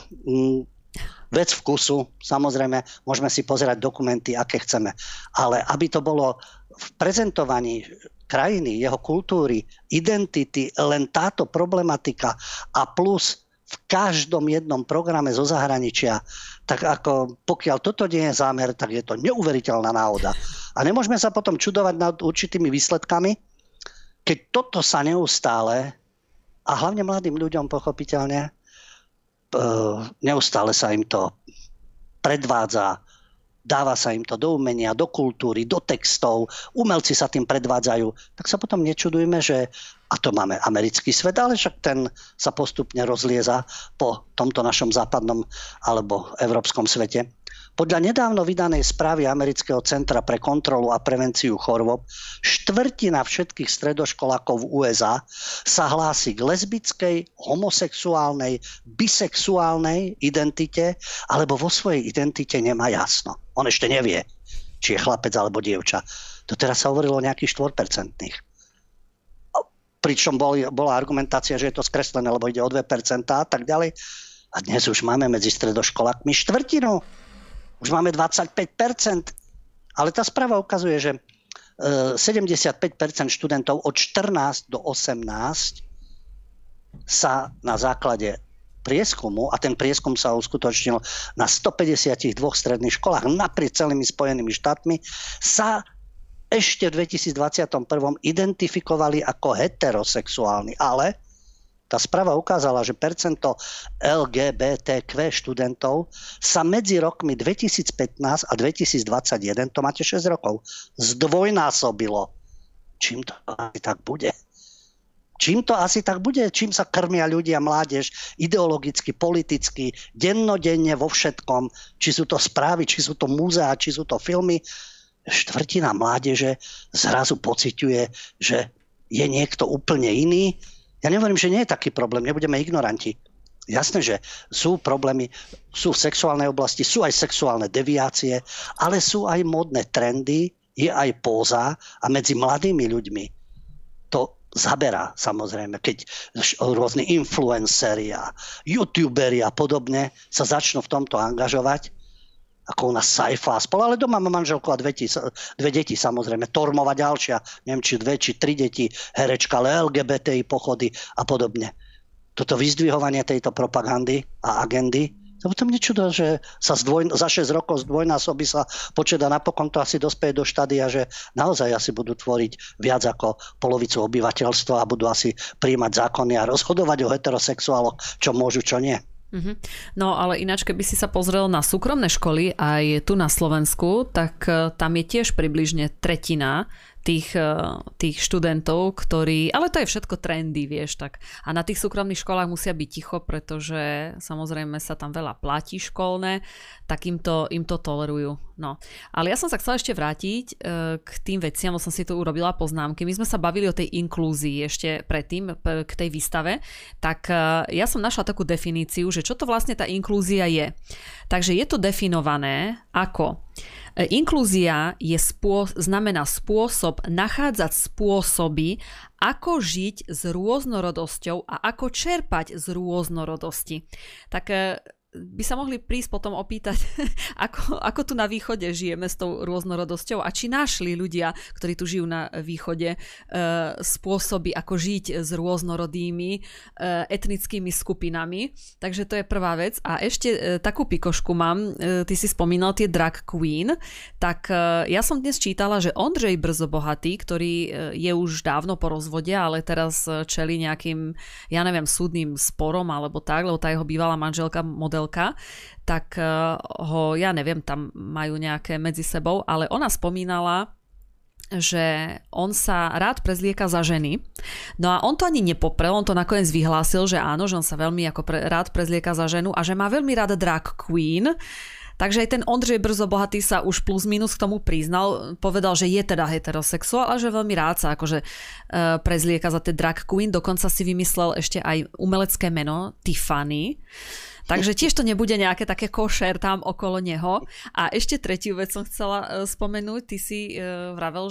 vec vkusu, samozrejme, môžeme si pozerať dokumenty, aké chceme, ale aby to bolo v prezentovaní krajiny, jeho kultúry, identity, len táto problematika a plus v každom jednom programe zo zahraničia, tak ako pokiaľ toto nie je zámer, tak je to neuveriteľná náhoda. A nemôžeme sa potom čudovať nad určitými výsledkami, keď toto sa neustále, a hlavne mladým ľuďom pochopiteľne, neustále sa im to predvádza, dáva sa im to do umenia, do kultúry, do textov, umelci sa tým predvádzajú, tak sa potom nečudujme, že a to máme americký svet, ale však ten sa postupne rozlieza po tomto našom západnom alebo európskom svete. Podľa nedávno vydanej správy Amerického centra pre kontrolu a prevenciu chorôb, štvrtina všetkých stredoškolákov v USA sa hlási k lesbickej, homosexuálnej, bisexuálnej identite, alebo vo svojej identite nemá jasno. On ešte nevie, či je chlapec alebo dievča. To teraz sa hovorilo o nejakých 4%. Pričom bola argumentácia, že je to skreslené, lebo ide o 2% a tak ďalej. A dnes už máme medzi stredoškolákmi štvrtinu. Už máme 25%. Ale tá správa ukazuje, že 75% študentov od 14 do 18 sa na základe prieskumu, a ten prieskum sa uskutočnil na 152 stredných školách naprieč celými Spojenými štátmi, sa ešte v 2021 identifikovali ako heterosexuálni, ale tá správa ukázala, že percento LGBTQ študentov sa medzi rokmi 2015 a 2021, to máte 6 rokov, zdvojnásobilo. Čím to asi tak bude? Čím to asi tak bude? Čím sa krmia ľudia, mládež, ideologicky, politicky, dennodenne vo všetkom, či sú to správy, či sú to múzeá, či sú to filmy. Štvrtina mládeže zrazu pociťuje, že je niekto úplne iný. Ja nehovorím, že nie je taký problém, nebudeme ignoranti. Jasné, že sú problémy, sú v sexuálnej oblasti, sú aj sexuálne deviácie, ale sú aj módne trendy, je aj póza a medzi mladými ľuďmi to zaberá, samozrejme, keď rôzni influenceri a youtuberi a podobne sa začnú v tomto angažovať, ako u nás Saifa a spolu, ale doma má manželku a dve deti, samozrejme, Tormová ďalšia, neviem, či 2 či 3 deti, herečka, ale LGBTI pochody a podobne. Toto vyzdvihovanie tejto propagandy a agendy To mne čudo, že sa za 6 rokov zdvojnásobí sa počet a napokon to asi dospeje do štádia, že naozaj asi budú tvoriť viac ako polovicu obyvateľstva a budú asi prijímať zákony a rozhodovať o heterosexuáloch, čo môžu, čo nie. No ale ináč, keby si sa pozrel na súkromné školy aj tu na Slovensku, tak tam je tiež približne tretina tých študentov, ktorí... Ale to je všetko trendy, vieš, tak. A na tých súkromných školách musia byť ticho, pretože samozrejme sa tam veľa platí školné, tak im to tolerujú. No. Ale ja som sa chcela ešte vrátiť k tým veciam, som si tu urobila poznámky. My sme sa bavili o tej inklúzii ešte predtým k tej výstave, tak ja som našla takú definíciu, že čo to vlastne tá inklúzia je. Takže je to definované ako inklúzia znamená spôsob nachádzať spôsoby, ako žiť s rôznorodosťou a ako čerpať z rôznorodosti. Tak by sa mohli prísť potom opýtať, ako tu na východe žijeme s tou rôznorodosťou a či našli ľudia, ktorí tu žijú na východe, spôsoby, ako žiť s rôznorodými etnickými skupinami. Takže to je prvá vec. A ešte takú pikošku mám. Ty si spomínal tie drag queen. Tak ja som dnes čítala, že Ondřej Brzobohatý, ktorý je už dávno po rozvode, ale teraz čelí nejakým, ja neviem, súdnym sporom alebo tak, lebo tá jeho bývalá manželka model tak ho, ja neviem, tam majú nejaké medzi sebou, ale ona spomínala, že on sa rád prezlieka za ženy. No a on to ani nepoprel, on to nakoniec vyhlásil, že áno, že on sa veľmi rád prezlieka za ženu a že má veľmi rád drag queen. Takže aj ten Ondřej Brzobohatý sa už plus minus k tomu priznal, povedal, že je teda heterosexuál a že veľmi rád sa akože prezlieka za tie drag queen, dokonca si vymyslel ešte aj umelecké meno Tiffany. Takže tiež to nebude nejaké také košer tam okolo neho. A ešte tretiu vec som chcela spomenúť. Ty si vravel,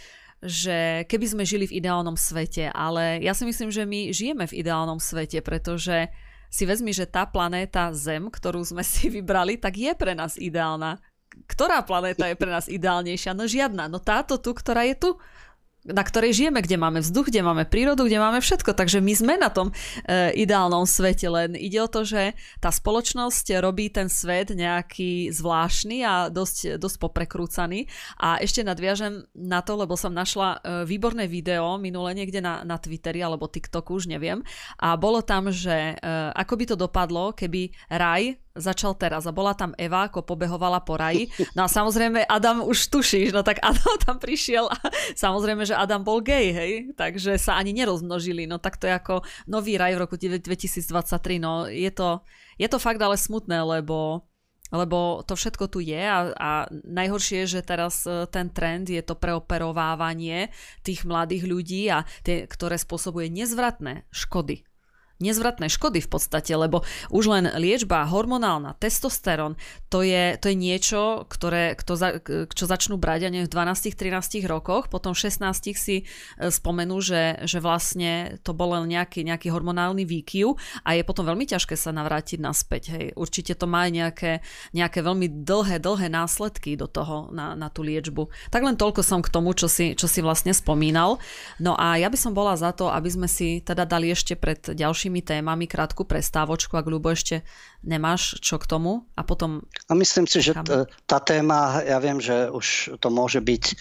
že keby sme žili v ideálnom svete, ale ja si myslím, že my žijeme v ideálnom svete, pretože si vezmi, že tá planéta Zem, ktorú sme si vybrali, tak je pre nás ideálna. Ktorá planéta je pre nás ideálnejšia? No žiadna. No táto tu, ktorá je tu, na ktorej žijeme, kde máme vzduch, kde máme prírodu, kde máme všetko. Takže my sme na tom ideálnom svete, len ide o to, že tá spoločnosť robí ten svet nejaký zvláštny a dosť poprekrúcaný. A ešte nadviažem na to, lebo som našla výborné video minule niekde na Twitteri alebo TikToku, už neviem. A bolo tam, že ako by to dopadlo, keby raj začal teraz a bola tam Eva, ako pobehovala po raji. No a samozrejme Adam už tušíš, no tak Adam tam prišiel a samozrejme, že Adam bol gej, hej, takže sa ani nerozmnožili, no tak to je ako nový raj v roku 2023, no je to fakt ale smutné, lebo to všetko tu je a najhoršie je, že teraz ten trend je to preoperovávanie tých mladých ľudí a ktoré spôsobuje nezvratné škody. Nezvratné škody v podstate, lebo už len liečba hormonálna, testosterón, to je niečo, čo začnú brať v 12-13 rokoch, potom v 16 si spomenú, že vlastne to bol len nejaký hormonálny výkyv a je potom veľmi ťažké sa navrátiť naspäť. Hej. Určite to má nejaké veľmi dlhé následky do toho na tú liečbu. Tak len toľko som k tomu, čo si vlastne spomínal. No a ja by som bola za to, aby sme si teda dali ešte pred ďalšími témami krátku prestávočku, ak Ľubo ešte nemáš čo k tomu a potom... A myslím si, že tá téma, ja viem, že už to môže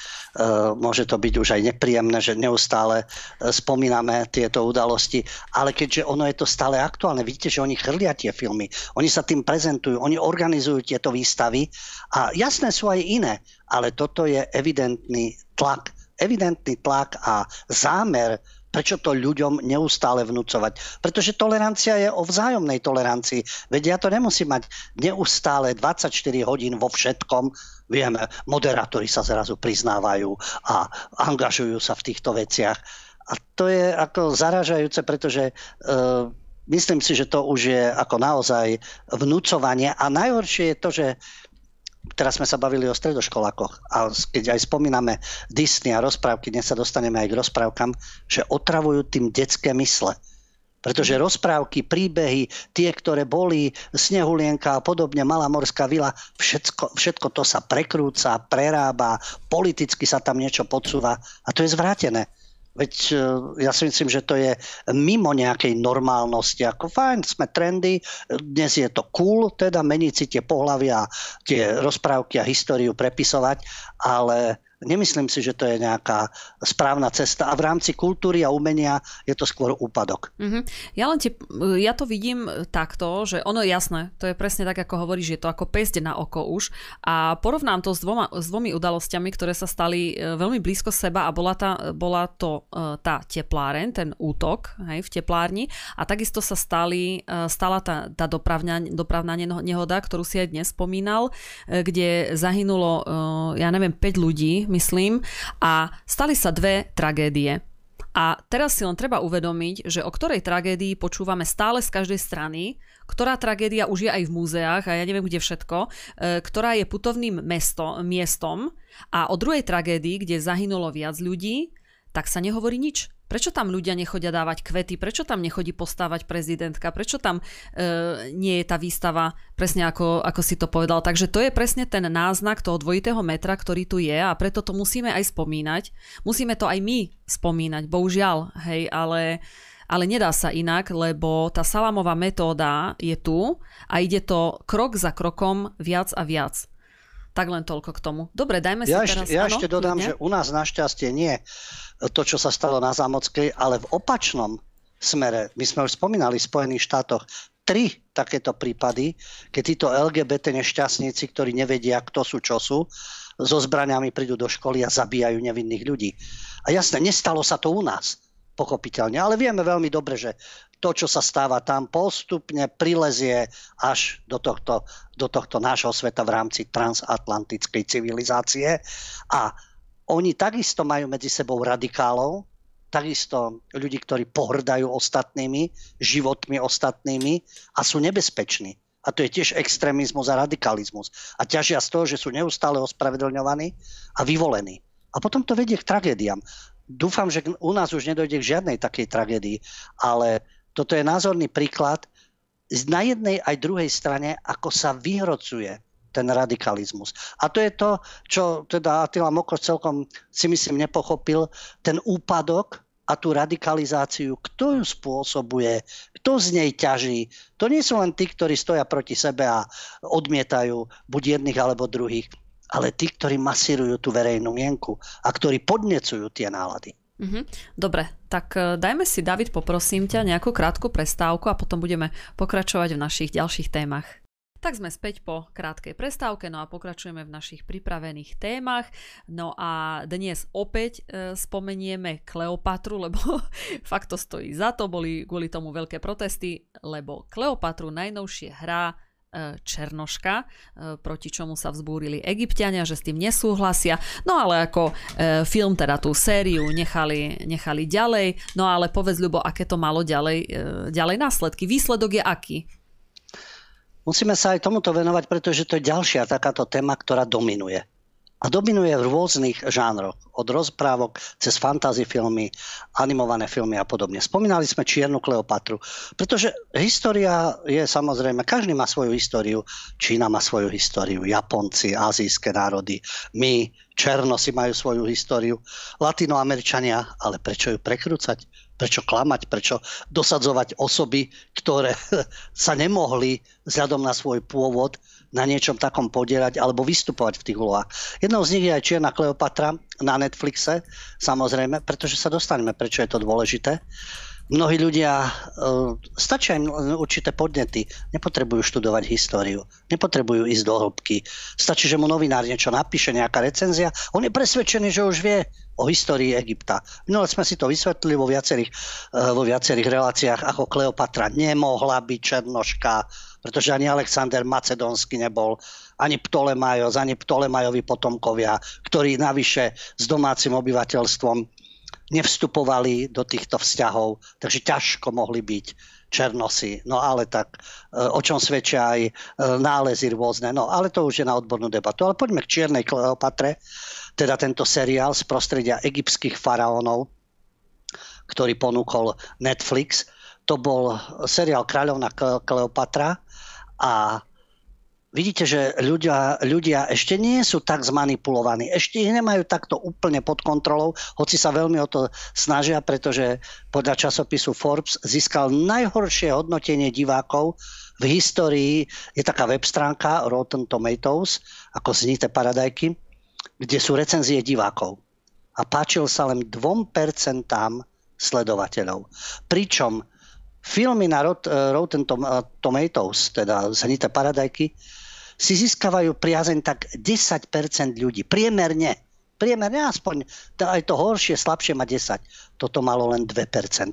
to byť už aj nepríjemné, že neustále spomíname tieto udalosti, ale keďže ono je to stále aktuálne, vidíte, že oni chrlia tie filmy, oni sa tým prezentujú, oni organizujú tieto výstavy a jasné sú aj iné, ale toto je evidentný tlak a zámer, prečo to ľuďom neustále vnúcovať. Pretože tolerancia je o vzájomnej tolerancii. Veď ja to nemusím mať neustále 24 hodín vo všetkom. Vieme, moderátori sa zrazu priznávajú a angažujú sa v týchto veciach. A to je ako zarážajúce, pretože myslím si, že to už je ako naozaj vnúcovanie. A najhoršie je to, že teraz sme sa bavili o stredoškolákoch a keď aj spomíname Disney a rozprávky, dnes sa dostaneme aj k rozprávkam, že otravujú tým detské mysle. Pretože rozprávky, príbehy, tie, ktoré boli, Snehulienka a podobne, Malá morská vila, všetko to sa prekrúca, prerába, politicky sa tam niečo podsúva a to je zvrátené. Veď ja si myslím, že to je mimo nejakej normálnosti. Ako fajn, sme trendy, dnes je to cool, teda meniť si tie pohlavia, tie rozprávky a históriu prepisovať, ale nemyslím si, že to je nejaká správna cesta a v rámci kultúry a umenia je to skôr úpadok. Ja to vidím takto, že ono je jasné, to je presne tak, ako hovoríš, je to ako pesť na oko už a porovnám to s dvomi udalosťami, ktoré sa stali veľmi blízko seba a bola to tá tepláreň, ten útok, hej, v teplárni a takisto sa stala tá dopravná nehoda, ktorú si aj dnes spomínal, kde zahynulo, 5 ľudí, myslím, a stali sa 2 tragédie. A teraz si len treba uvedomiť, že o ktorej tragédii počúvame stále z každej strany, ktorá tragédia už je aj v múzeách a ja neviem kde všetko, ktorá je putovným miestom a o druhej tragédii, kde zahynulo viac ľudí, tak sa nehovorí nič. Prečo tam ľudia nechodia dávať kvety? Prečo tam nechodí postávať prezidentka? Prečo tam nie je tá výstava presne ako si to povedal? Takže to je presne ten náznak toho dvojitého metra, ktorý tu je a preto to musíme aj spomínať. Musíme to aj my spomínať, bohužiaľ, hej, ale nedá sa inak, lebo tá salámová metóda je tu a ide to krok za krokom viac a viac. Tak len toľko k tomu. Dobre, dajme si teraz... Ja ešte dodám, že u nás našťastie nie to, čo sa stalo na Zámockej, ale v opačnom smere. My sme už spomínali v Spojených štátoch 3 takéto prípady, keď títo LGBT nešťastníci, ktorí nevedia, kto sú, čo sú, so zbraňami prídu do školy a zabíjajú nevinných ľudí. A jasne, nestalo sa to u nás, pochopiteľne, ale vieme veľmi dobre, že to, čo sa stáva tam, postupne prilezie až do tohto nášho sveta v rámci transatlantickej civilizácie. A oni takisto majú medzi sebou radikálov, takisto ľudí, ktorí pohrdajú ostatnými, životmi ostatnými a sú nebezpeční. A to je tiež extrémizmus a radikalizmus. A ťažia z toho, že sú neustále ospravedlňovaní a vyvolení. A potom to vedie k tragédiám. Dúfam, že u nás už nedojde k žiadnej takej tragédii, ale toto je názorný príklad na jednej aj druhej strane, ako sa vyhrocuje ten radikalizmus. A to je to, čo teda Attila Mokos celkom si myslím nepochopil, ten úpadok a tú radikalizáciu, kto ju spôsobuje, kto z nej ťaží. To nie sú len tí, ktorí stoja proti sebe a odmietajú buď jedných alebo druhých, ale tí, ktorí masírujú tú verejnú mienku a ktorí podnecujú tie nálady. Dobre, tak dajme si, David, poprosím ťa, nejakú krátku prestávku a potom budeme pokračovať v našich ďalších témach. Tak sme späť po krátkej prestávke, no a pokračujeme v našich pripravených témach. No a dnes opäť spomenieme Kleopatru, lebo fakt to stojí za to, boli kvôli tomu veľké protesty, lebo Kleopatru najnovšie hrá Černoška, proti čomu sa vzbúrili Egypťania, že s tým nesúhlasia. No ale ako film, teda tú sériu nechali ďalej. No ale povedz, Ľubo, aké to malo ďalej následky? Výsledok je aký? Musíme sa aj tomuto venovať, pretože to je ďalšia takáto téma, ktorá dominuje. A dominuje v rôznych žánroch. Od rozprávok cez fantasy filmy, animované filmy a podobne. Spomínali sme Čiernu Kleopatru, pretože história je samozrejme, každý má svoju históriu. Čína má svoju históriu, Japonci, azijské národy, my, Černosi majú svoju históriu, Latinoameričania, ale prečo ju prekrúcať? Prečo klamať? Prečo dosadzovať osoby, ktoré sa nemohli vzhľadom na svoj pôvod na niečom takom podierať alebo vystupovať v tých úlohách. Jednou z nich je aj Čierna Kleopatra na Netflixe, samozrejme, pretože sa dostaneme, prečo je to dôležité. Mnohí ľudia, stačia im určité podnety, nepotrebujú študovať históriu, nepotrebujú ísť do hĺbky. Stačí, že mu novinár niečo napíše, nejaká recenzia, on je presvedčený, že už vie o histórii Egypta. Minule sme si to vysvetlili vo viacerých reláciách, ako Kleopatra nemohla byť Černoška, pretože ani Alexander Macedónsky nebol, ani Ptolemajos, ani Ptolemajovi potomkovia, ktorí navyše s domácim obyvateľstvom nevstupovali do týchto vzťahov, takže ťažko mohli byť Černosi. No ale tak, o čom svedčia aj nálezy rôzne. No ale to už je na odbornú debatu. Ale poďme k Čiernej Kleopatre, teda tento seriál z prostredia egyptských faraónov, ktorý ponúkol Netflix. To bol seriál Kráľovná Kleopatra a vidíte, že ľudia ešte nie sú tak zmanipulovaní, ešte ich nemajú takto úplne pod kontrolou, hoci sa veľmi o to snažia, pretože podľa časopisu Forbes získal najhoršie hodnotenie divákov v histórii. Je taká web stránka Rotten Tomatoes, ako Znité paradajky, kde sú recenzie divákov. A páčil sa len 2% sledovateľov. Pričom filmy na Rotten Tomatoes, teda Znité paradajky, si získavajú priazeň tak 10% ľudí. Priemerne aspoň, aj to horšie, slabšie má 10. Toto malo len 2%.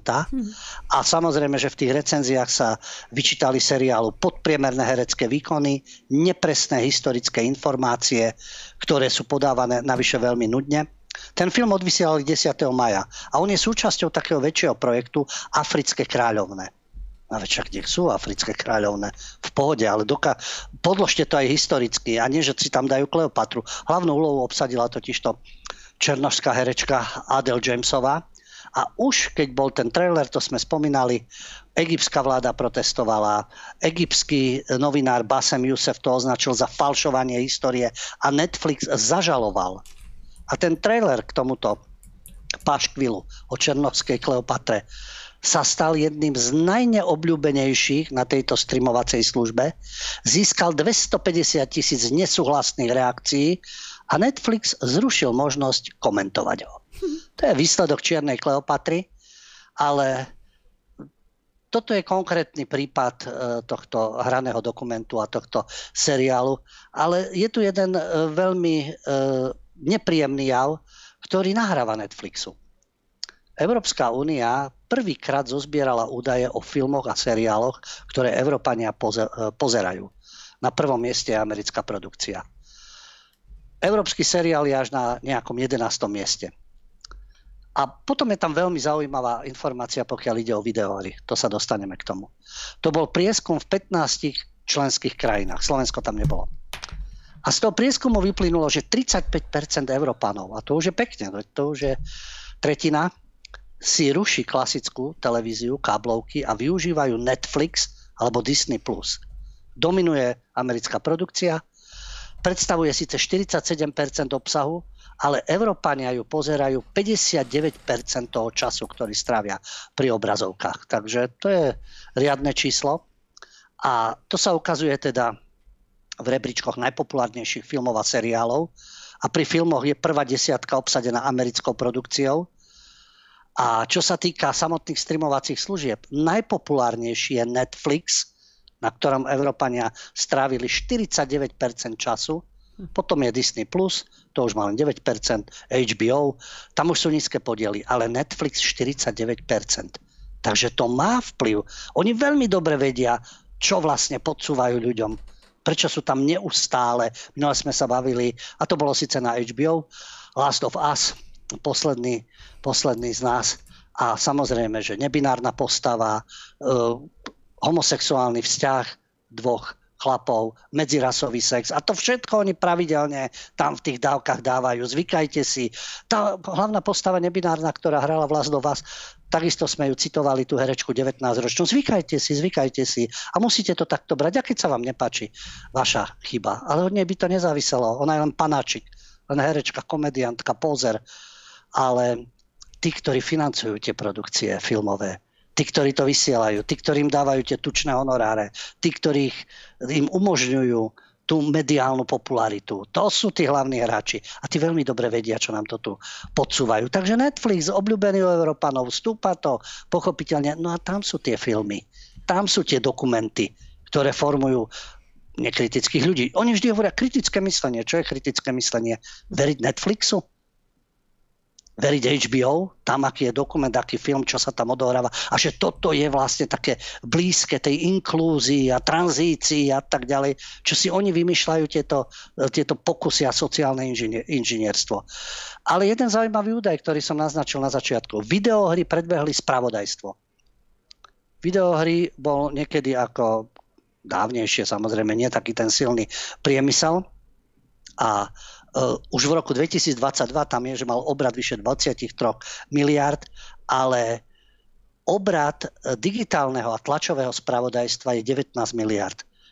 A samozrejme, že v tých recenziách sa vyčítali seriálu podpriemerné herecké výkony, nepresné historické informácie, ktoré sú podávané navyše veľmi nudne. Ten film odvysielali 10. maja a on je súčasťou takého väčšieho projektu Africké kráľovné. A však nech sú africké kráľovné v pohode, ale podložte to aj historicky a nie, že si tam dajú Kleopatru. Hlavnú úlohu obsadila totižto černošská herečka Adele Jamesová a už keď bol ten trailer, to sme spomínali, egyptská vláda protestovala, egyptský novinár Bassem Youssef to označil za falšovanie histórie a Netflix zažaloval. A ten trailer k tomuto paškvilu o černošskej Kleopatre sa stal jedným z najneobľúbenejších na tejto streamovacej službe. Získal 250,000 nesúhlasných reakcií a Netflix zrušil možnosť komentovať ho. To je výsledok čiernej Kleopatry, ale toto je konkrétny prípad tohto hraného dokumentu a tohto seriálu. Ale je tu jeden veľmi nepríjemný jav, ktorý nahráva Netflixu. Európska únia prvýkrát zozbierala údaje o filmoch a seriáloch, ktoré Európania pozerajú. Na prvom mieste je americká produkcia. Európsky seriál je až na nejakom 11. mieste. A potom je tam veľmi zaujímavá informácia, pokiaľ ide o videohry. To sa dostaneme k tomu. To bol prieskum v 15 členských krajinách. Slovensko tam nebolo. A z toho prieskumu vyplynulo, že 35% Európanov, a to už je pekne, to už je tretina, si ruší klasickú televíziu, káblovky a využívajú Netflix alebo Disney+. Dominuje americká produkcia, predstavuje síce 47% obsahu, ale Európania ju pozerajú 59% toho času, ktorý strávia pri obrazovkách. Takže to je riadne číslo. A to sa ukazuje teda v rebríčkoch najpopulárnejších filmov a seriálov. A pri filmoch je prvá desiatka obsadená americkou produkciou. A čo sa týka samotných streamovacích služieb, najpopulárnejší je Netflix, na ktorom Európania strávili 49% času. Potom je Disney+, to už má len 9%, HBO, tam už sú nízke podiely, ale Netflix 49%. Takže to má vplyv. Oni veľmi dobre vedia, čo vlastne podsúvajú ľuďom. Prečo sú tam neustále. Minule sme sa bavili, a to bolo síce na HBO, Last of Us, posledný z nás. A samozrejme, že nebinárna postava, homosexuálny vzťah dvoch chlapov, medzirasový sex. A to všetko oni pravidelne tam v tých dávkach dávajú. Zvykajte si. Tá hlavná postava nebinárna, ktorá hrala v Last of Us, takisto sme ju citovali, tú herečku 19-ročnú. Zvykajte si. A musíte to takto brať. A keď sa vám nepáči, vaša chyba. Ale od nej by to nezáviselo. Ona je len panáčik. Len herečka, komediantka, pózer. Ale tí, ktorí financujú tie produkcie filmové, tí, ktorí to vysielajú, tí, ktorým dávajú tie tučné honoráre, tí, ktorí im umožňujú tú mediálnu popularitu. To sú tí hlavní hráči. A tí veľmi dobre vedia, čo nám to tu podsúvajú. Takže Netflix, obľúbený u Európanov, stúpa to, pochopiteľne. No a tam sú tie filmy. Tam sú tie dokumenty, ktoré formujú nekritických ľudí. Oni vždy hovoria kritické myslenie. Čo je kritické myslenie? Veriť Netflixu? Veriť HBO, tam aký je dokument, aký film, čo sa tam odohráva a že toto je vlastne také blízke tej inklúzii a tranzícii a tak ďalej, čo si oni vymýšľajú tieto pokusy a sociálne inžinierstvo. Ale jeden zaujímavý údaj, ktorý som naznačil na začiatku. Videohry predbehli spravodajstvo. Videohry bol niekedy ako dávnejšie, samozrejme, nie taký ten silný priemysel a už v roku 2022 tam je, že mal obrat vyše 23 miliárd, ale obrat digitálneho a tlačového spravodajstva je 19 miliárd.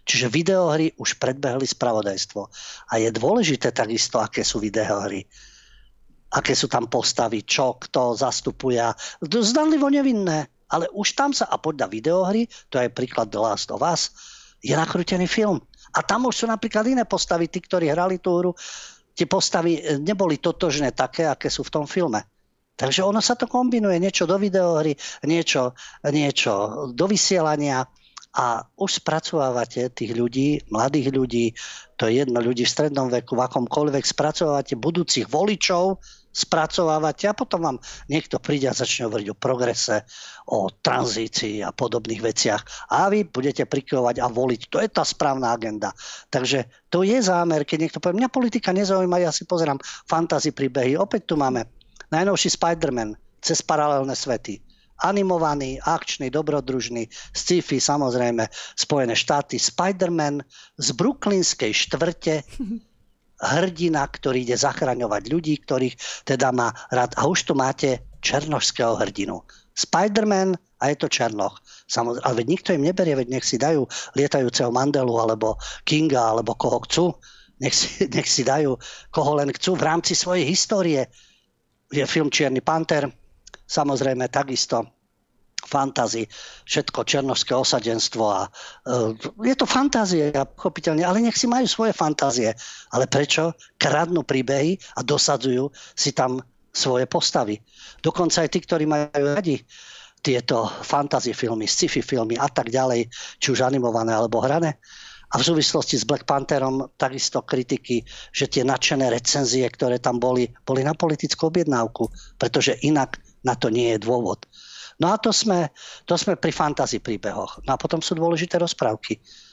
Čiže videohry už predbehli spravodajstvo. A je dôležité takisto, aké sú videohry. Aké sú tam postavy, čo, kto zastupuje. Zdanlivo nevinné. Ale už tam sa, a podľa videohry, to je príklad The Last of Us, je nakrútený film. A tam už sú napríklad iné postavy, tí, ktorí hrali tú hru, tie postavy neboli totožné také, aké sú v tom filme. Takže ono sa to kombinuje, niečo do videohry, niečo do vysielania a už spracovávate tých ľudí, mladých ľudí, to je jedno, ľudí v strednom veku, v akomkoľvek, spracovávate budúcich voličov, spracovávate a potom vám niekto príde a začne hovoriť o progrese, o tranzícii a podobných veciach a vy budete prikyvovať a voliť. To je tá správna agenda. Takže to je zámer, keď niekto povie, mňa politika nezaujíma, ja si pozerám fantasy príbehy. Opäť tu máme najnovší Spider-Man cez paralelné svety. Animovaný, akčný, dobrodružný, sci-fi, samozrejme, Spojené štáty. Spider-Man z brooklynskej štvrte, hrdina, ktorý ide zachraňovať ľudí, ktorých teda má rád. A už tu máte černošského hrdinu. Spider-Man a je to černoch. Samozrejme, ale nikto im neberie, veď nech si dajú lietajúceho Mandelu alebo Kinga, alebo koho chcú. Nech si dajú, koho len chcú v rámci svojej histórie. Je film Čierny panter, samozrejme takisto fantasy, všetko černošské osadenstvo a je to fantázie, pochopiteľne, ale nech si majú svoje fantázie. Ale prečo? Kradnú príbehy a dosadzujú si tam svoje postavy. Dokonca aj tí, ktorí majú radi tieto fantasy filmy, sci-fi filmy a tak ďalej, či už animované alebo hrané. A v súvislosti s Black Pantherom takisto kritiky, že tie nadšené recenzie, ktoré tam boli na politickú objednávku, pretože inak na to nie je dôvod. No a to sme pri fantasy príbehoch. No a potom sú dôležité rozprávky.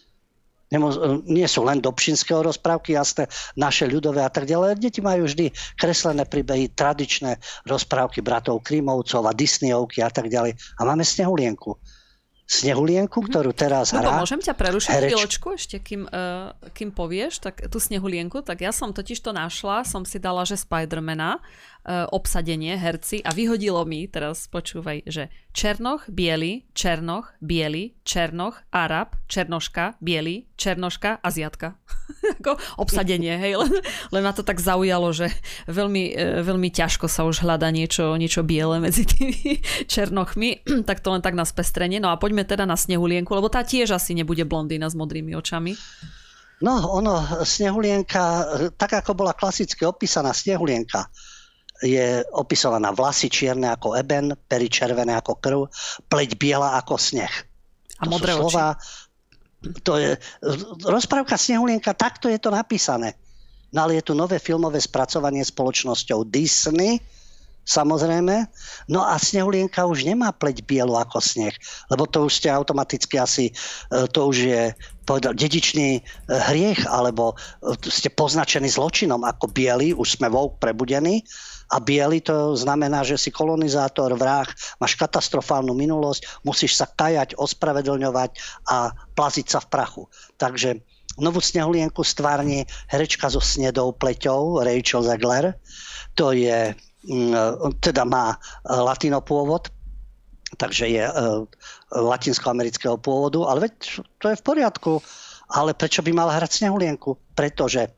Nie sú len dobšinského rozprávky, jasné, naše ľudové a tak ďalej. Deti majú vždy kreslené príbehy, tradičné rozprávky bratov Grimovcov a Disneyovky a tak ďalej. A máme Snehulienku. Snehulienku, ktorú teraz hrá. Môžem ťa prerušiť chvíľočku ešte, kým povieš, tak tú Snehulienku, tak ja som totiž to našla, som si dala, že Spidermana, obsadenie, herci a vyhodilo mi, teraz počúvaj, že černoch, biely, černoch, biely, černoch, Arab, černoška, biely, černoška, Aziatka. Ako obsadenie, hej, len ma to tak zaujalo, že veľmi ťažko sa už hľada niečo biele medzi tými černochmi, tak to len tak na spestrenie. No a poďme teda na Snehulienku, lebo tá tiež asi nebude blondína s modrými očami. No, Snehulienka, tak ako bola klasicky opísaná Snehulienka, je opisovaná vlasy čierne ako eben, pery červené ako krv, pleť biela ako sneh. A modré oči. To je rozprávka Snehulienka, takto je to napísané. No ale je tu nové filmové spracovanie spoločnosťou Disney, samozrejme. No a Snehulienka už nemá pleť bielu ako sneh, lebo to už ste automaticky asi, to už je dedičný hriech, alebo ste poznačení zločinom ako biely, už sme voľk prebudení. A biely to znamená, že si kolonizátor, vrah, máš katastrofálnu minulosť, musíš sa kajať, ospravedlňovať a plaziť sa v prachu. Takže novú Snehulienku stvárni herečka so snedou pleťou, Rachel Zegler. To je, teda má latino pôvod, takže je latinskoamerického pôvodu, ale veď to je v poriadku. Ale prečo by mala hrať Snehulienku? Pretože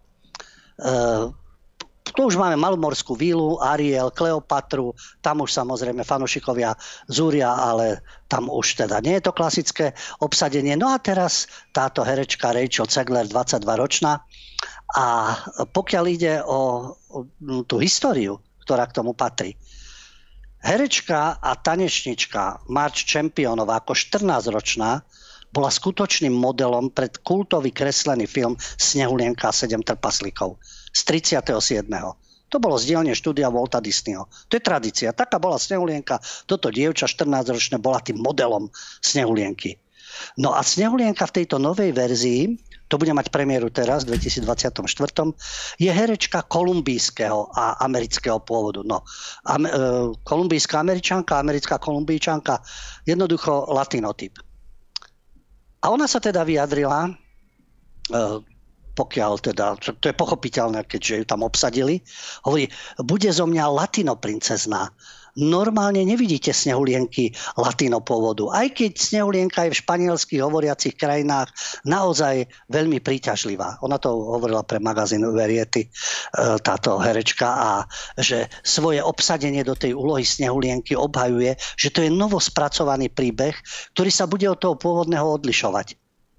tu už máme Malomorskú vílu, Ariel, Kleopatru, tam už samozrejme fanúšikovia zúria, ale tam už teda nie je to klasické obsadenie. No a teraz táto herečka Rachel Zegler, 22-ročná. A pokiaľ ide o tú históriu, ktorá k tomu patrí, herečka a tanečnička Marge Championová ako 14-ročná bola skutočným modelom pre kultový kreslený film Snehulienka a 7 trpaslíkov z 37. To bolo z dielne štúdia Walta Disneyho. To je tradícia. Taká bola Snehulienka. Toto dievča 14-ročné bola tým modelom Snehulienky. No a Snehulienka v tejto novej verzii, to bude mať premiéru teraz, v 2024, je herečka kolumbijského a amerického pôvodu. No, kolumbijská Američanka, americká Kolumbijčanka, jednoducho latinotyp. A ona sa teda vyjadrila, pokiaľ teda, to je pochopiteľné, keďže ju tam obsadili, hovorí, bude zo mňa latino princezná. normálne nevidíte snehulienky latino pôvodu. Aj keď snehulienka je v španielských hovoriacich krajinách naozaj veľmi príťažlivá. Ona to hovorila pre magazín Variety, táto herečka, a že svoje obsadenie do tej úlohy snehulienky obhajuje, že to je novospracovaný príbeh, ktorý sa bude od toho pôvodného odlišovať.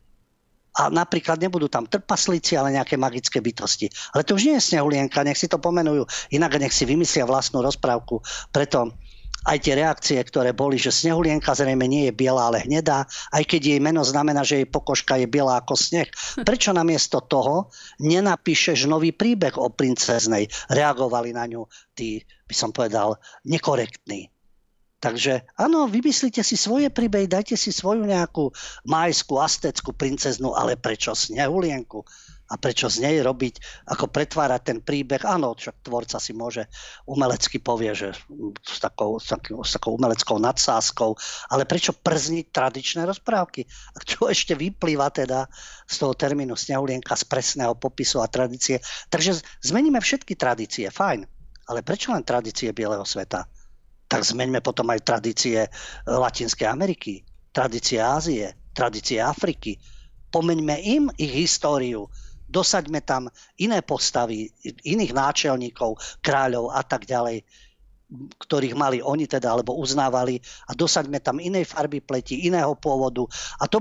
A napríklad nebudú tam trpaslíci, ale nejaké magické bytosti. Ale to už nie je snehulienka, nech si to pomenujú, inak nech si vymyslia vlastnú rozprávku. Preto aj tie reakcie, ktoré boli, že snehulienka zrejme nie je biela, ale hnedá, aj keď jej meno znamená, že jej pokožka je biela ako sneh. Prečo namiesto toho nenapíšeš nový príbeh o princeznej? Reagovali na ňu tí, by som povedal, nekorektní. Takže áno, vymyslite si svoje príbehy, dajte si svoju nejakú majskú, aztécku princeznú, ale prečo snehulienku? A prečo z nej robiť, ako pretvárať ten príbeh? Áno, však tvorca si môže umelecky povie, že s takou umeleckou nadsázkou, ale prečo przniť tradičné rozprávky? A čo ešte vyplýva teda z toho termínu snehulienka, z presného popisu a tradície? Takže zmeníme všetky tradície, fajn, ale prečo len tradície bieleho sveta? Tak zmeňme potom aj tradície Latinskej Ameriky, tradície Ázie, tradície Afriky. Pomeňme im ich históriu, dosaďme tam iné postavy, iných náčelníkov, kráľov a tak ďalej, ktorých mali oni teda, alebo uznávali, a dosaďme tam inej farby pleti, iného pôvodu. A to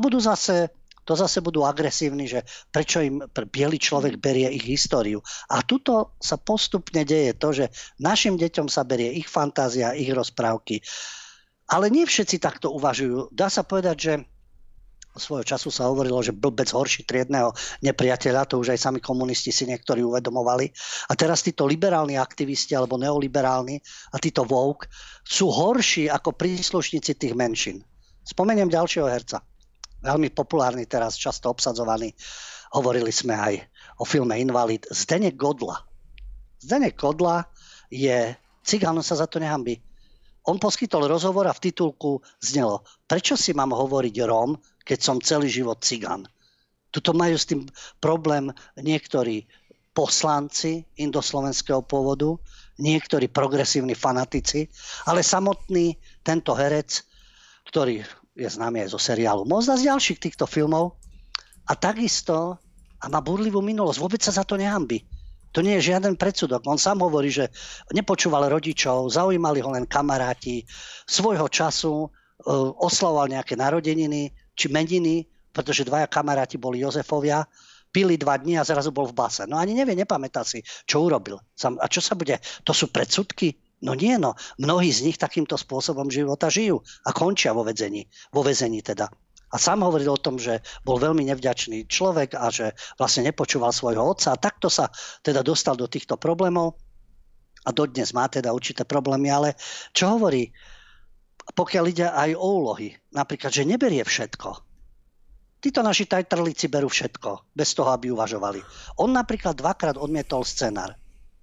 zase budú agresívni, že prečo im biely človek berie ich históriu. A tuto sa postupne deje to, že našim deťom sa berie ich fantázia, ich rozprávky. Ale nie všetci takto uvažujú. Dá sa povedať, že svojho času sa hovorilo, že blbec horší triedného nepriateľa, to už aj sami komunisti si niektorí uvedomovali. A teraz títo liberálni aktivisti alebo neoliberálni a títo woke sú horší ako príslušníci tých menšín. Spomeniem ďalšieho herca. Veľmi populárny teraz, často obsadzovaný. Hovorili sme aj o filme Invalid. Zdeněk Godla. Zdeněk Godla je cigán, on sa za to nehanbí. On poskytol rozhovor a v titulku znelo: prečo si mám hovoriť Róm, keď som celý život cigán? Tuto majú s tým problém niektorí poslanci indoslovenského pôvodu, niektorí progresívni fanatici, ale samotný tento herec, ktorý je známy aj zo seriálu Most a z ďalších týchto filmov, a takisto a má burlivú minulosť. Vôbec sa za to nehanbí. To nie je žiaden predsudok. On sám hovorí, že nepočúval rodičov, zaujímali ho len kamaráti. Svojho času oslavoval nejaké narodeniny či meniny, pretože dvaja kamaráti boli Jozefovia, pili 2 dní a zrazu bol v base. No ani nevie, nepamätá si, čo urobil. A čo sa bude? To sú predsudky? No nie, no. Mnohí z nich takýmto spôsobom života žijú a končia vo väzení teda. A sám hovoril o tom, že bol veľmi nevďačný človek a že vlastne nepočúval svojho otca. A takto sa teda dostal do týchto problémov a dodnes má teda určité problémy. Ale čo hovorí, pokiaľ ide aj o úlohy, napríklad, že neberie všetko. Títo naši tajtrlíci berú všetko, bez toho, aby uvažovali. On napríklad 2-krát odmietol scenár.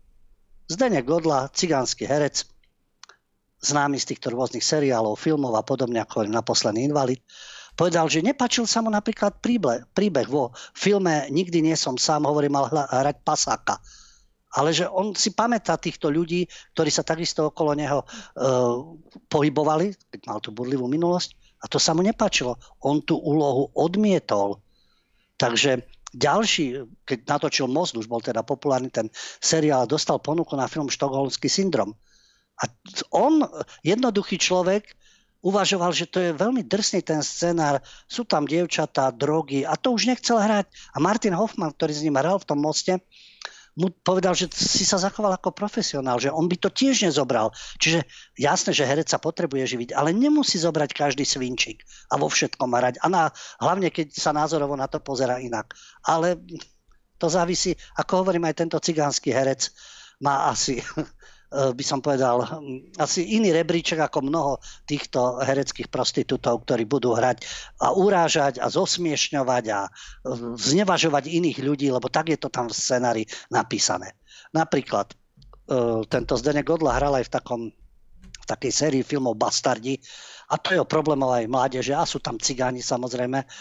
Zdeněk Godla, cigánsky herec, známy z týchto rôznych seriálov, filmov a podobne, ako naposledy Invalid, povedal, že nepáčil sa mu napríklad príbeh vo filme Nikdy nie som sám, hovorí, mal hrať pasáka. Ale že on si pamätá týchto ľudí, ktorí sa takisto okolo neho pohybovali, keď mal tú burlivú minulosť, a to sa mu nepáčilo. On tú úlohu odmietol. Takže ďalší, keď natočil Most, už bol teda populárny ten seriál, dostal ponuku na film Štokholmský syndrom. A on, jednoduchý človek, uvažoval, že to je veľmi drsný ten scenár, sú tam dievčatá, drogy, a to už nechcel hrať. A Martin Hoffman, ktorý s ním hral v tom Moste, mu povedal, že si sa zachoval ako profesionál, že on by to tiež nezobral. Čiže jasné, že herec sa potrebuje živiť, ale nemusí zobrať každý svinčík a vo všetkom hrať. A hlavne, keď sa názorovo na to pozerá inak. Ale to závisí, ako hovorím, aj tento cigánsky herec má asi, by som povedal, asi iný rebríček ako mnoho týchto hereckých prostitútov, ktorí budú hrať a urážať a zosmiešňovať a znevažovať iných ľudí, lebo tak je to tam v scenári napísané. Napríklad tento Zdeněk Godla hral aj v takej sérii filmov Bastardi, a to je o problémov aj mládeže, a sú tam cigáni samozrejme.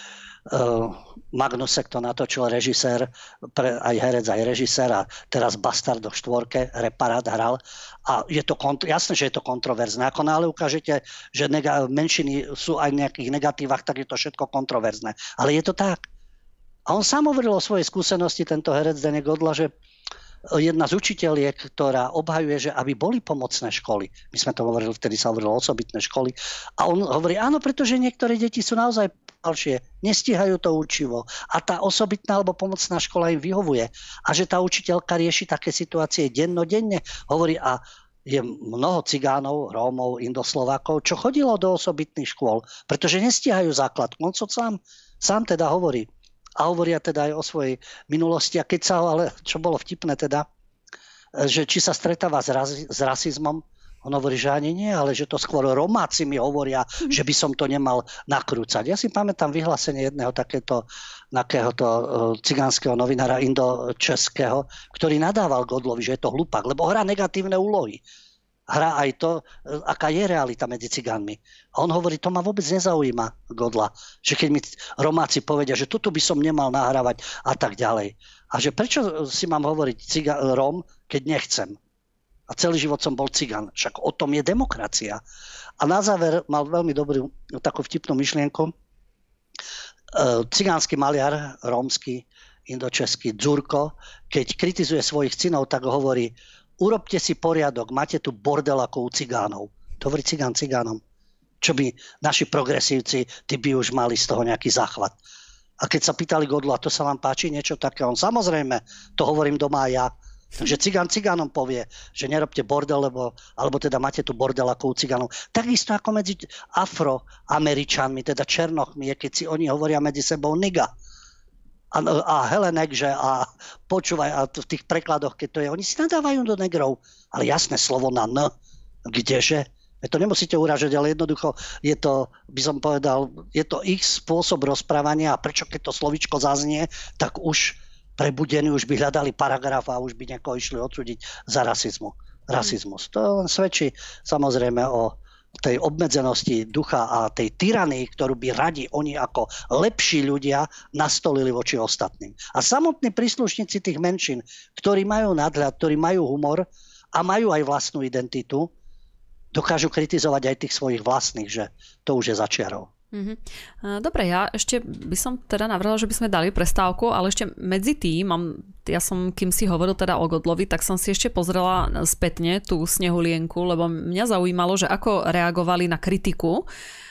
Magnuse, kto natočil, režisér, aj herec, aj režisér a teraz Bastard do 4, Reparát hral. A je to jasné, že je to kontroverzné. Ako náhle ukážete, že menšiny sú aj v nejakých negatívach, tak je to všetko kontroverzné. Ale je to tak. A on sám hovoril o svojej skúsenosti, tento herec Zdeněk Godla, že jedna z učiteľiek, ktorá obhajuje, že aby boli pomocné školy. My sme to hovorili, vtedy sa hovorilo osobitné školy. A on hovorí, áno, pretože niektoré deti sú naozaj ďalšie, nestíhajú to učivo. A tá osobitná alebo pomocná škola im vyhovuje. A že tá učiteľka rieši také situácie dennodenne. Hovorí, a je mnoho cigánov, Rómov, Indoslovákov, čo chodilo do osobitných škôl, pretože nestíhajú základku. On to sám teda hovorí. A hovoria teda aj o svojej minulosti. A keď sa ho, ale čo bolo vtipné teda, že či sa stretáva s rasizmom, on hovorí, že ani nie, ale že to skôr Romáci mi hovoria, že by som to nemal nakrúcať. Ja si pamätám vyhlásenie jedného takéhoto cigánskeho novinára indočeského, ktorý nadával Godlovi, že je to hlupák, lebo hrá negatívne úlohy. Hrá aj to, aká je realita medzi cigánmi. A on hovorí, to ma vôbec nezaujíma, Godla. Že keď mi Romáci povedia, že toto by som nemal nahrávať a tak ďalej. A že prečo si mám hovoriť Róm, keď nechcem? A celý život som bol cigán. Však o tom je demokracia. A na záver mal veľmi dobrú takú vtipnú myšlienku. Cigánsky maliar, rómsky, indočeský Dzurko, keď kritizuje svojich synov, tak hovorí, urobte si poriadok, máte tu bordel ako u cigánov. To hovorí cigánom. Čo by naši progresívci, tí by už mali z toho nejaký záchvat. A keď sa pýtali Godla, to sa vám páči niečo také? On samozrejme, to hovorím doma aj ja. Takže cigánom povie, že nerobte bordel, alebo teda máte tu bordel ako u cigánov. Takisto ako medzi Afroameričanmi, teda Černochmi, je, keď si oni hovoria medzi sebou niga. A Helenek, že a počúvaj, a v tých prekladoch, keď to je, oni si nadávajú do negrov, ale jasné slovo na N, kdeže? To nemusíte urážať, ale jednoducho je to, by som povedal, je to ich spôsob rozprávania a prečo keď to slovíčko zaznie, tak už prebudení už by hľadali paragraf a už by niekoho išli odsúdiť za rasizmus. To len svedčí samozrejme o tej obmedzenosti ducha a tej tyranii, ktorú by radi oni ako lepší ľudia nastolili voči ostatným. A samotní príslušníci tých menšín, ktorí majú nadhľad, ktorí majú humor a majú aj vlastnú identitu, dokážu kritizovať aj tých svojich vlastných, že to už je za čiarou. Dobre, ja ešte by som teda navrhla, že by sme dali prestávku, ale ešte medzi tým, ja som, kým si hovoril teda o Godlovi, tak som si ešte pozrela spätne tú Snehulienku, lebo mňa zaujímalo, že ako reagovali na kritiku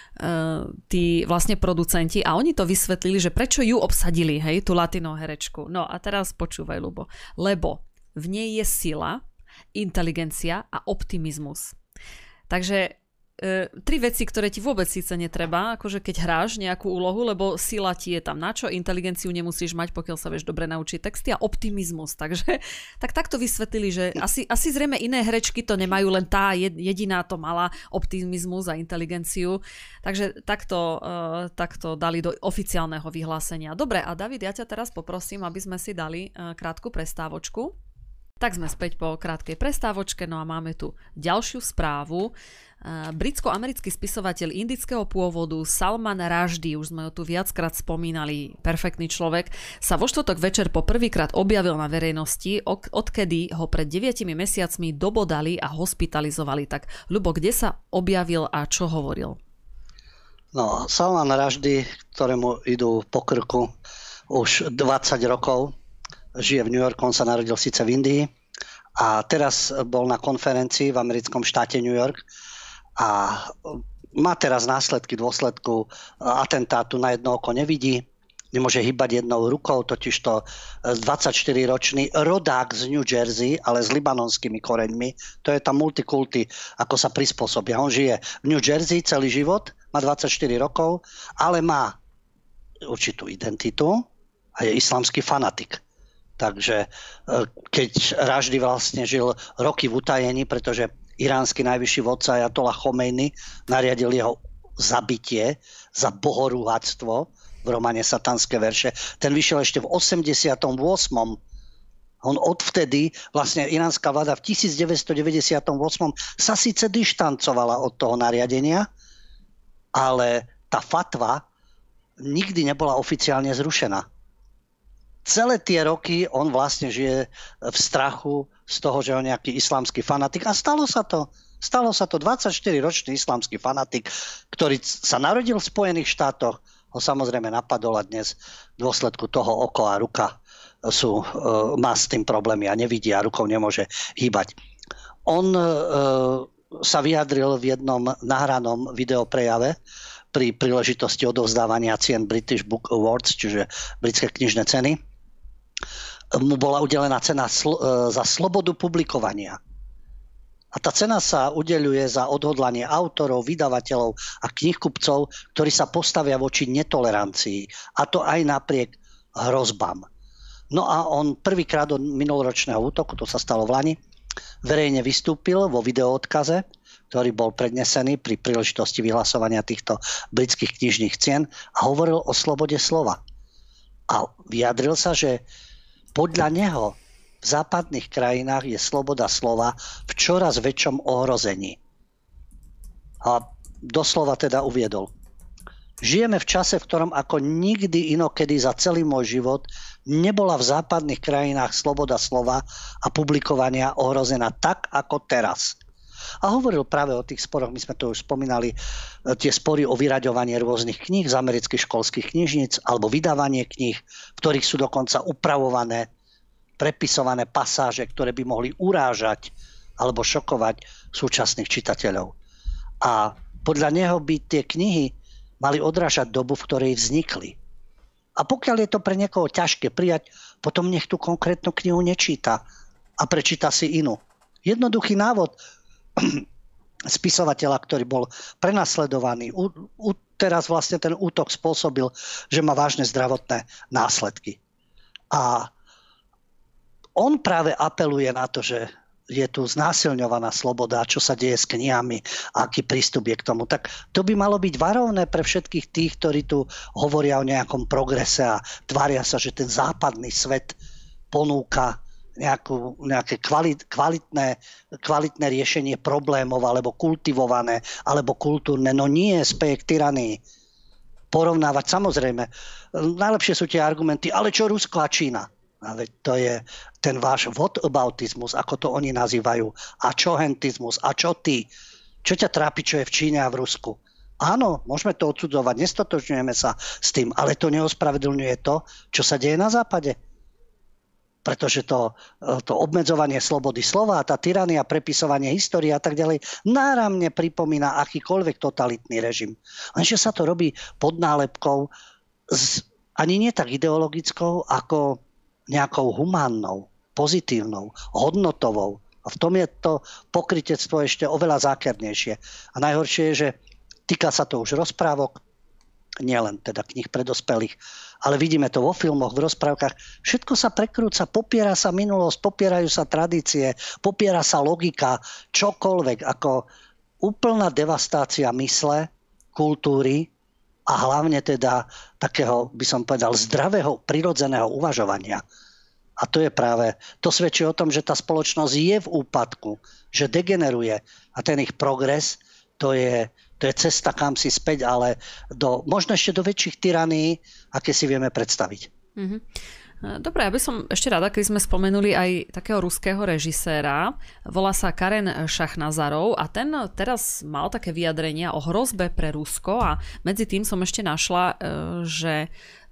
tí vlastne producenti a oni to vysvetlili, že prečo ju obsadili, hej, tú latino herečku. No a teraz počúvaj, Ľubo, lebo v nej je sila, inteligencia a optimizmus. Takže tri veci, ktoré ti vôbec síce netreba, akože keď hráš nejakú úlohu, lebo sila ti je tam na čo, inteligenciu nemusíš mať, pokiaľ sa vieš dobre naučiť texty a optimizmus. Takže takto vysvetlili, že asi zrejme iné herečky to nemajú, len tá jediná to mala optimizmus a inteligenciu. Takže takto dali do oficiálneho vyhlásenia. Dobre, a David, ja ťa teraz poprosím, aby sme si dali krátku prestávočku. Tak sme späť po krátkej prestávočke, no a máme tu ďalšiu správu. Britsko-americký spisovateľ indického pôvodu Salman Rushdie, už sme ho tu viackrát spomínali, perfektný človek, sa vo štvrtok večer po prvýkrát objavil na verejnosti, odkedy ho pred 9 mesiacmi dobodali a hospitalizovali. Tak, Ľubo, kde sa objavil a čo hovoril? No, Salman Rushdie, ktorému idú po krku už 20 rokov, žije v New Yorku, on sa narodil síce v Indii a teraz bol na konferencii v americkom štáte New York a má teraz následky dôsledku atentátu, na jedno oko nevidí, nemôže hýbať jednou rukou, totižto 24-ročný rodák z New Jersey, ale s libanonskými koreňmi, to je tam multikulty, ako sa prispôsobia. On žije v New Jersey celý život, má 24 rokov, ale má určitú identitu a je islamský fanatik. Takže keď Rushdie vlastne žil roky v utajení, pretože iránsky najvyšší vodca Ajatollah Chomejny nariadil jeho zabitie za bohorúhactvo v románe Satanské verše. Ten vyšiel ešte v 88. On odvtedy, vlastne iránska vláda v 1998 sa síce dištancovala od toho nariadenia, ale tá fatva nikdy nebola oficiálne zrušená. Celé tie roky on vlastne žije v strachu z toho, že on nejaký islamský fanatik. A stalo sa to. 24-ročný islamský fanatik, ktorý sa narodil v Spojených štátoch, ho samozrejme napadol a dnes v dôsledku toho oko a ruka má s tým problémy a nevidí a rukou nemôže hýbať. On sa vyjadril v jednom nahranom videoprejave pri príležitosti odovzdávania cien British Book Awards, čiže britské knižné ceny. Mu bola udelená cena za slobodu publikovania. A tá cena sa udeľuje za odhodlanie autorov, vydavateľov a knihkupcov, ktorí sa postavia voči netolerancii. A to aj napriek hrozbám. No a on prvýkrát od minuloročného útoku, to sa stalo v lani, verejne vystúpil vo videoodkaze, ktorý bol prednesený pri príležitosti vyhlasovania týchto britských knižných cien a hovoril o slobode slova. A vyjadril sa, že podľa neho v západných krajinách je sloboda slova v čoraz väčšom ohrození. A doslova teda uviedol: žijeme v čase, v ktorom ako nikdy inokedy za celý môj život nebola v západných krajinách sloboda slova a publikovania ohrozená tak ako teraz. A hovoril práve o tých sporoch, my sme to už spomínali, tie spory o vyraďovanie rôznych kníh z amerických školských knižníc alebo vydávanie kníh, v ktorých sú dokonca upravované, prepisované pasáže, ktoré by mohli urážať alebo šokovať súčasných čitateľov. A podľa neho by tie knihy mali odrážať dobu, v ktorej vznikli. A pokiaľ je to pre niekoho ťažké prijať, potom nech tú konkrétnu knihu nečíta a prečíta si inú. Jednoduchý návod spisovateľa, ktorý bol prenasledovaný. Teraz vlastne ten útok spôsobil, že má vážne zdravotné následky. A on práve apeluje na to, že je tu znásilňovaná sloboda, čo sa deje s knihami, aký prístup je k tomu. Tak to by malo byť varovné pre všetkých tých, ktorí tu hovoria o nejakom progrese a tvária sa, že ten západný svet ponúka nejaké kvalitné riešenie problémov, alebo kultivované, alebo kultúrne. No nie, speje k tyranii. Porovnávať samozrejme. Najlepšie sú tie argumenty, ale čo Rusko a Čína? Ale to je ten váš whataboutizmus, ako to oni nazývajú. A čo hentizmus? A čo ty? Čo ťa trápi, čo je v Číne a v Rusku? Áno, môžeme to odsudzovať, nestotožňujeme sa s tým, ale to neospravedlňuje to, čo sa deje na západe. Pretože to obmedzovanie slobody slova, tá tyrania, prepisovanie histórie a tak ďalej náramne pripomína akýkoľvek totalitný režim. Lenže sa to robí pod nálepkou ani nie tak ideologickou, ako nejakou humánnou, pozitívnou, hodnotovou. A v tom je to pokrytectvo ešte oveľa zákernejšie. A najhoršie je, že týka sa to už rozprávok, nielen teda kníh pre dospelých, ale vidíme to vo filmoch, v rozprávkach. Všetko sa prekrúca, popiera sa minulosť, popierajú sa tradície, popiera sa logika, čokoľvek, ako úplná devastácia mysle, kultúry a hlavne teda takého, by som povedal, zdravého, prirodzeného uvažovania. A to je práve, to svedčí o tom, že tá spoločnosť je v úpadku, že degeneruje a ten ich progres, to je cesta kam si späť, ale možno ešte do väčších tyranií, aké si vieme predstaviť. Mm-hmm. Dobre, ja by som ešte rada, keď sme spomenuli aj takého ruského režiséra, volá sa Karen Šachnazarov a ten teraz mal také vyjadrenia o hrozbe pre Rusko a medzi tým som ešte našla, že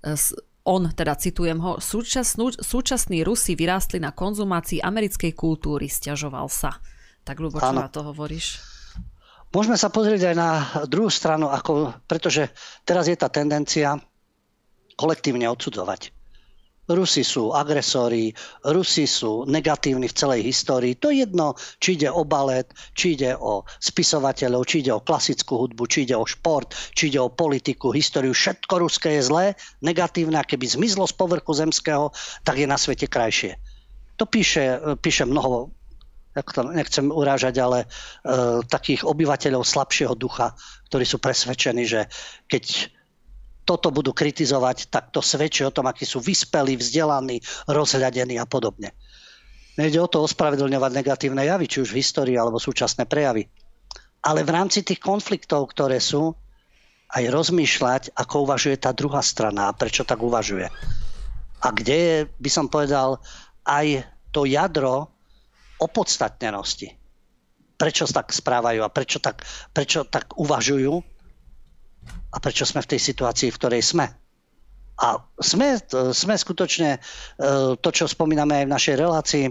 on, teda citujem ho, súčasní Rusi vyrástli na konzumácii americkej kultúry, sťažoval sa. Tak, Ľubo, čo na to hovoríš? Môžeme sa pozrieť aj na druhú stranu, pretože teraz je tá tendencia kolektívne odsudzovať. Rusi sú agresori, Rusi sú negatívni v celej histórii. To je jedno, či ide o balet, či ide o spisovateľov, či ide o klasickú hudbu, či ide o šport, či ide o politiku, históriu. Všetko ruské je zlé, negatívne, a keby zmizlo z povrchu zemského, tak je na svete krajšie. To píše mnoho, nechcem urážať, ale takých obyvateľov slabšieho ducha, ktorí sú presvedčení, že keď toto budú kritizovať, tak to svedčí o tom, akí sú vyspelí, vzdelaní, rozhľadení a podobne. Nejde o to ospravedlňovať negatívne javy, či už v histórii alebo súčasné prejavy. Ale v rámci tých konfliktov, ktoré sú, aj rozmýšľať, ako uvažuje tá druhá strana a prečo tak uvažuje. A kde je, by som povedal, aj to jadro opodstatnenosti. Prečo tak správajú a prečo tak uvažujú a prečo sme v tej situácii, v ktorej sme. A sme skutočne, to, čo spomíname aj v našej relácii,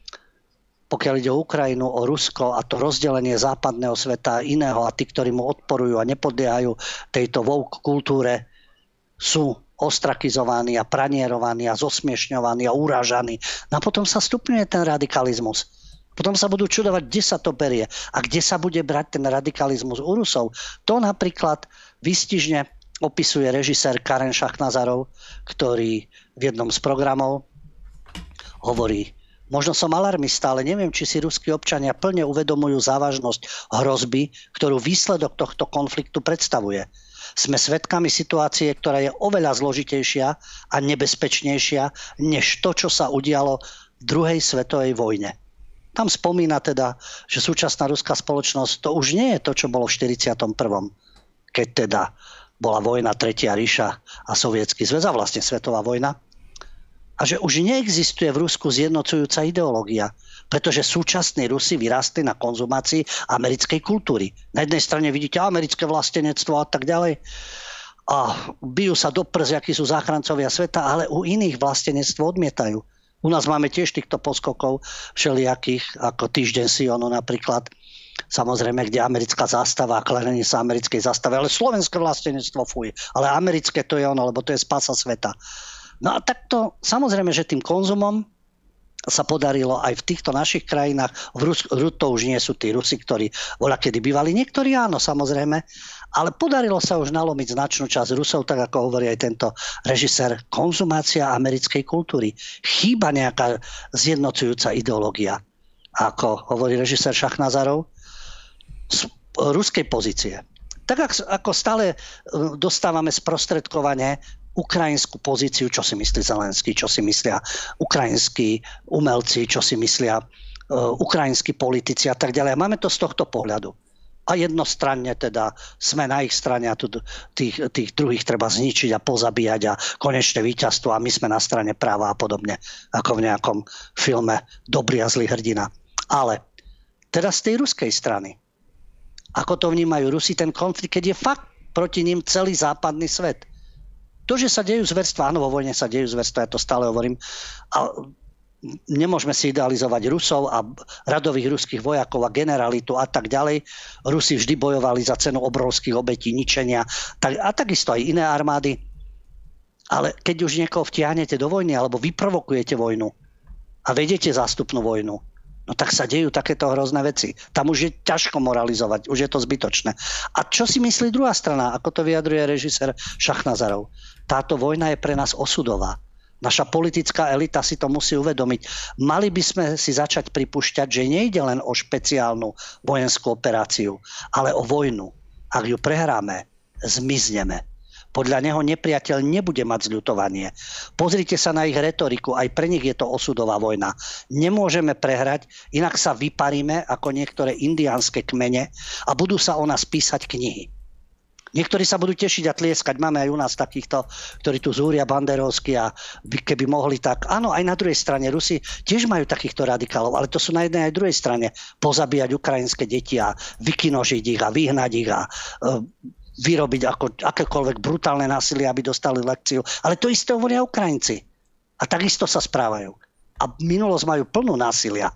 pokiaľ ide o Ukrajinu, o Rusko a to rozdelenie západného sveta iného a tí, ktorí mu odporujú a nepodliehajú tejto woke kultúre, sú ostrakizovaní a pranierovaní a zosmiešňovaní a urážaní. No a potom sa stupňuje ten radikalizmus. Potom sa budú čudovať, kde sa to berie a kde sa bude brať ten radikalizmus u Rusov. To napríklad výstižne opisuje režisér Karen Šachnazarov, ktorý v jednom z programov hovorí: možno som alarmista, ale neviem, či si ruskí občania plne uvedomujú závažnosť hrozby, ktorú výsledok tohto konfliktu predstavuje. Sme svedkami situácie, ktorá je oveľa zložitejšia a nebezpečnejšia než to, čo sa udialo v druhej svetovej vojne. Tam spomína teda, že súčasná ruská spoločnosť to už nie je to, čo bolo v 41., keď teda bola vojna, Tretia ríša a Sovietsky zväz a vlastne svetová vojna. A že už neexistuje v Rusku zjednocujúca ideológia, pretože súčasní Rusi vyrástli na konzumácii americkej kultúry. Na jednej strane vidíte americké vlastenectvo a tak ďalej a bijú sa do prs, akí sú záchrancovia sveta, ale u iných vlastenectvo odmietajú. U nás máme tiež týchto poskokov všelijakých, ako Týždeň Sionu napríklad, samozrejme, kde americká zástava a klanenie sa americkej zástave, ale slovenské vlastenectvo fuj, ale americké to je ono, lebo to je spása sveta. No a takto, samozrejme, že tým konzumom sa podarilo aj v týchto našich krajinách, to už nie sú tí Rusi, ktorí voľakedy bývali, niektorí áno, samozrejme, ale podarilo sa už nalomiť značnú časť Rusov, tak ako hovorí aj tento režisér, konzumácia americkej kultúry. Chýba nejaká zjednocujúca ideológia. Ako hovorí režisér Šachnazarov, z ruskej pozície. Tak ako stále dostávame sprostredkovanie ukrajinskú pozíciu, čo si myslí Zelenský, čo si myslia ukrajinskí umelci, čo si myslia ukrajinskí politici a tak ďalej. Máme to z tohto pohľadu. A jednostranne teda sme na ich strane a tých druhých treba zničiť a pozabíjať a konečné víťazstvo a my sme na strane práva a podobne, ako v nejakom filme Dobrý a zlý hrdina. Ale teda z tej ruskej strany, ako to vnímajú Rusi, ten konflikt, keď je fakt proti ním celý západný svet. To, že sa dejú zverstvá, áno, vo vojne sa dejú zverstvá, ja to stále hovorím, a nemôžeme si idealizovať Rusov a radových ruských vojakov a generalitu a tak ďalej. Rusi vždy bojovali za cenu obrovských obetí, ničenia a takisto aj iné armády. Ale keď už niekoho vtiahnete do vojny alebo vyprovokujete vojnu a vedete zástupnú vojnu, no tak sa dejú takéto hrozné veci. Tam už je ťažko moralizovať, už je to zbytočné. A čo si myslí druhá strana, ako to vyjadruje režisér Šachnazarov? Táto vojna je pre nás osudová. Naša politická elita si to musí uvedomiť. Mali by sme si začať pripúšťať, že nejde len o špeciálnu vojenskú operáciu, ale o vojnu. Ak ju prehráme, zmizneme. Podľa neho nepriateľ nebude mať zľutovanie. Pozrite sa na ich retoriku, aj pre nich je to osudová vojna. Nemôžeme prehrať, inak sa vyparíme ako niektoré indiánske kmene a budú sa o nás písať knihy. Niektorí sa budú tešiť a tlieskať. Máme aj u nás takýchto, ktorí tu zúria banderovsky a keby mohli tak. Áno, aj na druhej strane Rusi tiež majú takýchto radikálov, ale to sú na jednej aj druhej strane. Pozabíjať ukrajinské deti a vykinožiť ich a vyhnať ich a vyrobiť akékoľvek brutálne násilie, aby dostali lekciu. Ale to isté hovoria Ukrajinci. A takisto sa správajú. A minulosť majú plnú násilia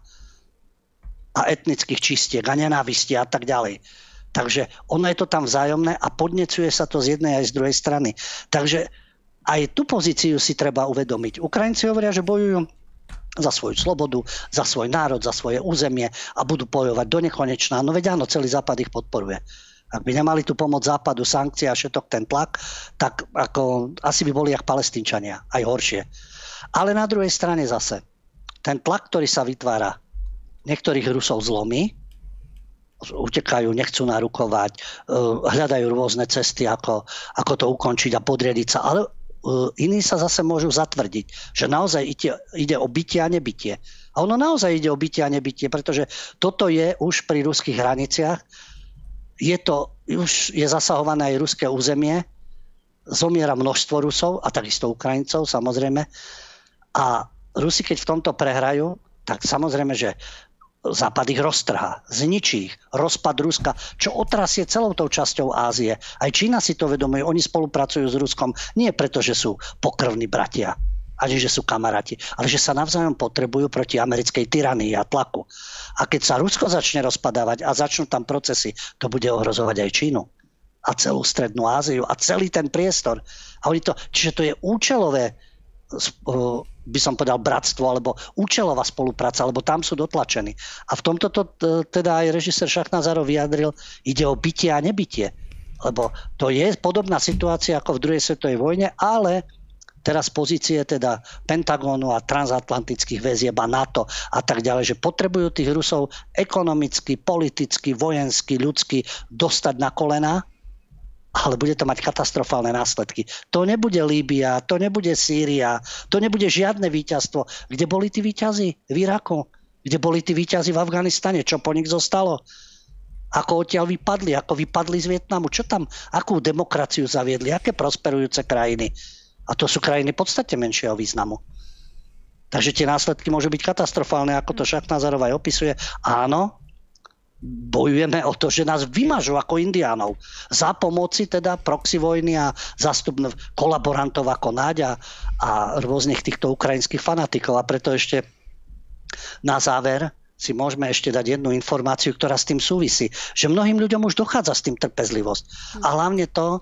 a etnických čistiek a nenávisti a tak ďalej. Takže ono je to tam vzájomné a podnecuje sa to z jednej aj z druhej strany. Takže aj tú pozíciu si treba uvedomiť. Ukrajinci hovoria, že bojujú za svoju slobodu, za svoj národ, za svoje územie a budú bojovať do nekonečna. No veď áno, celý Západ ich podporuje. Ak by nemali tu pomoc Západu, sankcie a všetok ten tlak, tak ako, asi by boli jak Palestínčania, aj horšie. Ale na druhej strane zase, ten tlak, ktorý sa vytvára, niektorých Rusov zlomí, utekajú, nechcú narukovať, hľadajú rôzne cesty, ako to ukončiť a podriadiť sa. Ale iní sa zase môžu zatvrdiť, že naozaj ide o bytie a nebytie. A ono naozaj ide o bytie a nebytie, pretože toto je už pri ruských hraniciach už je zasahované aj ruské územie, zomiera množstvo Rusov a takisto Ukrajincov samozrejme. A Rusi, keď v tomto prehrajú, tak samozrejme, že Západ ich roztrhá, zničí ich, rozpad Ruska, čo otrasie celou tou časťou Ázie. Aj Čína si to vedomuje, oni spolupracujú s Ruskom nie preto, že sú pokrvní bratia, ani že sú kamaráti, ale že sa navzájom potrebujú proti americkej tyranii a tlaku. A keď sa Rusko začne rozpadávať a začnú tam procesy, to bude ohrozovať aj Čínu a celú Strednú Áziu a celý ten priestor. A čiže to je účelové, by som povedal, bratstvo, alebo účelová spolupráca, lebo tam sú dotlačení. A v tomto teda aj režisér Šachnazarov vyjadril, ide o bytie a nebytie. Lebo to je podobná situácia ako v druhej svetovej vojne, ale teraz pozície teda Pentagónu a transatlantických väzieb a NATO a tak ďalej, že potrebujú tých Rusov ekonomicky, politicky, vojensky, ľudsky dostať na kolená, ale bude to mať katastrofálne následky. To nebude Líbia, to nebude Sýria, to nebude žiadne víťazstvo. Kde boli tí víťazi v Iraku? Kde boli tí víťazi v Afganistane? Čo po nich zostalo? Ako odtiaľ vypadli? Ako vypadli z Vietnamu? Čo tam? Akú demokraciu zaviedli? Aké prosperujúce krajiny? A to sú krajiny v podstate menšieho významu. Takže tie následky môžu byť katastrofálne, ako to Šachnazarov aj opisuje. Áno, bojujeme o to, že nás vymažú ako indiánov. Za pomoci teda proxy vojny a zástup kolaborantov ako Náďa a rôznych týchto ukrajinských fanatikov. A preto ešte na záver si môžeme ešte dať jednu informáciu, ktorá s tým súvisí. Že mnohým ľuďom už dochádza s tým trpezlivosť. A hlavne to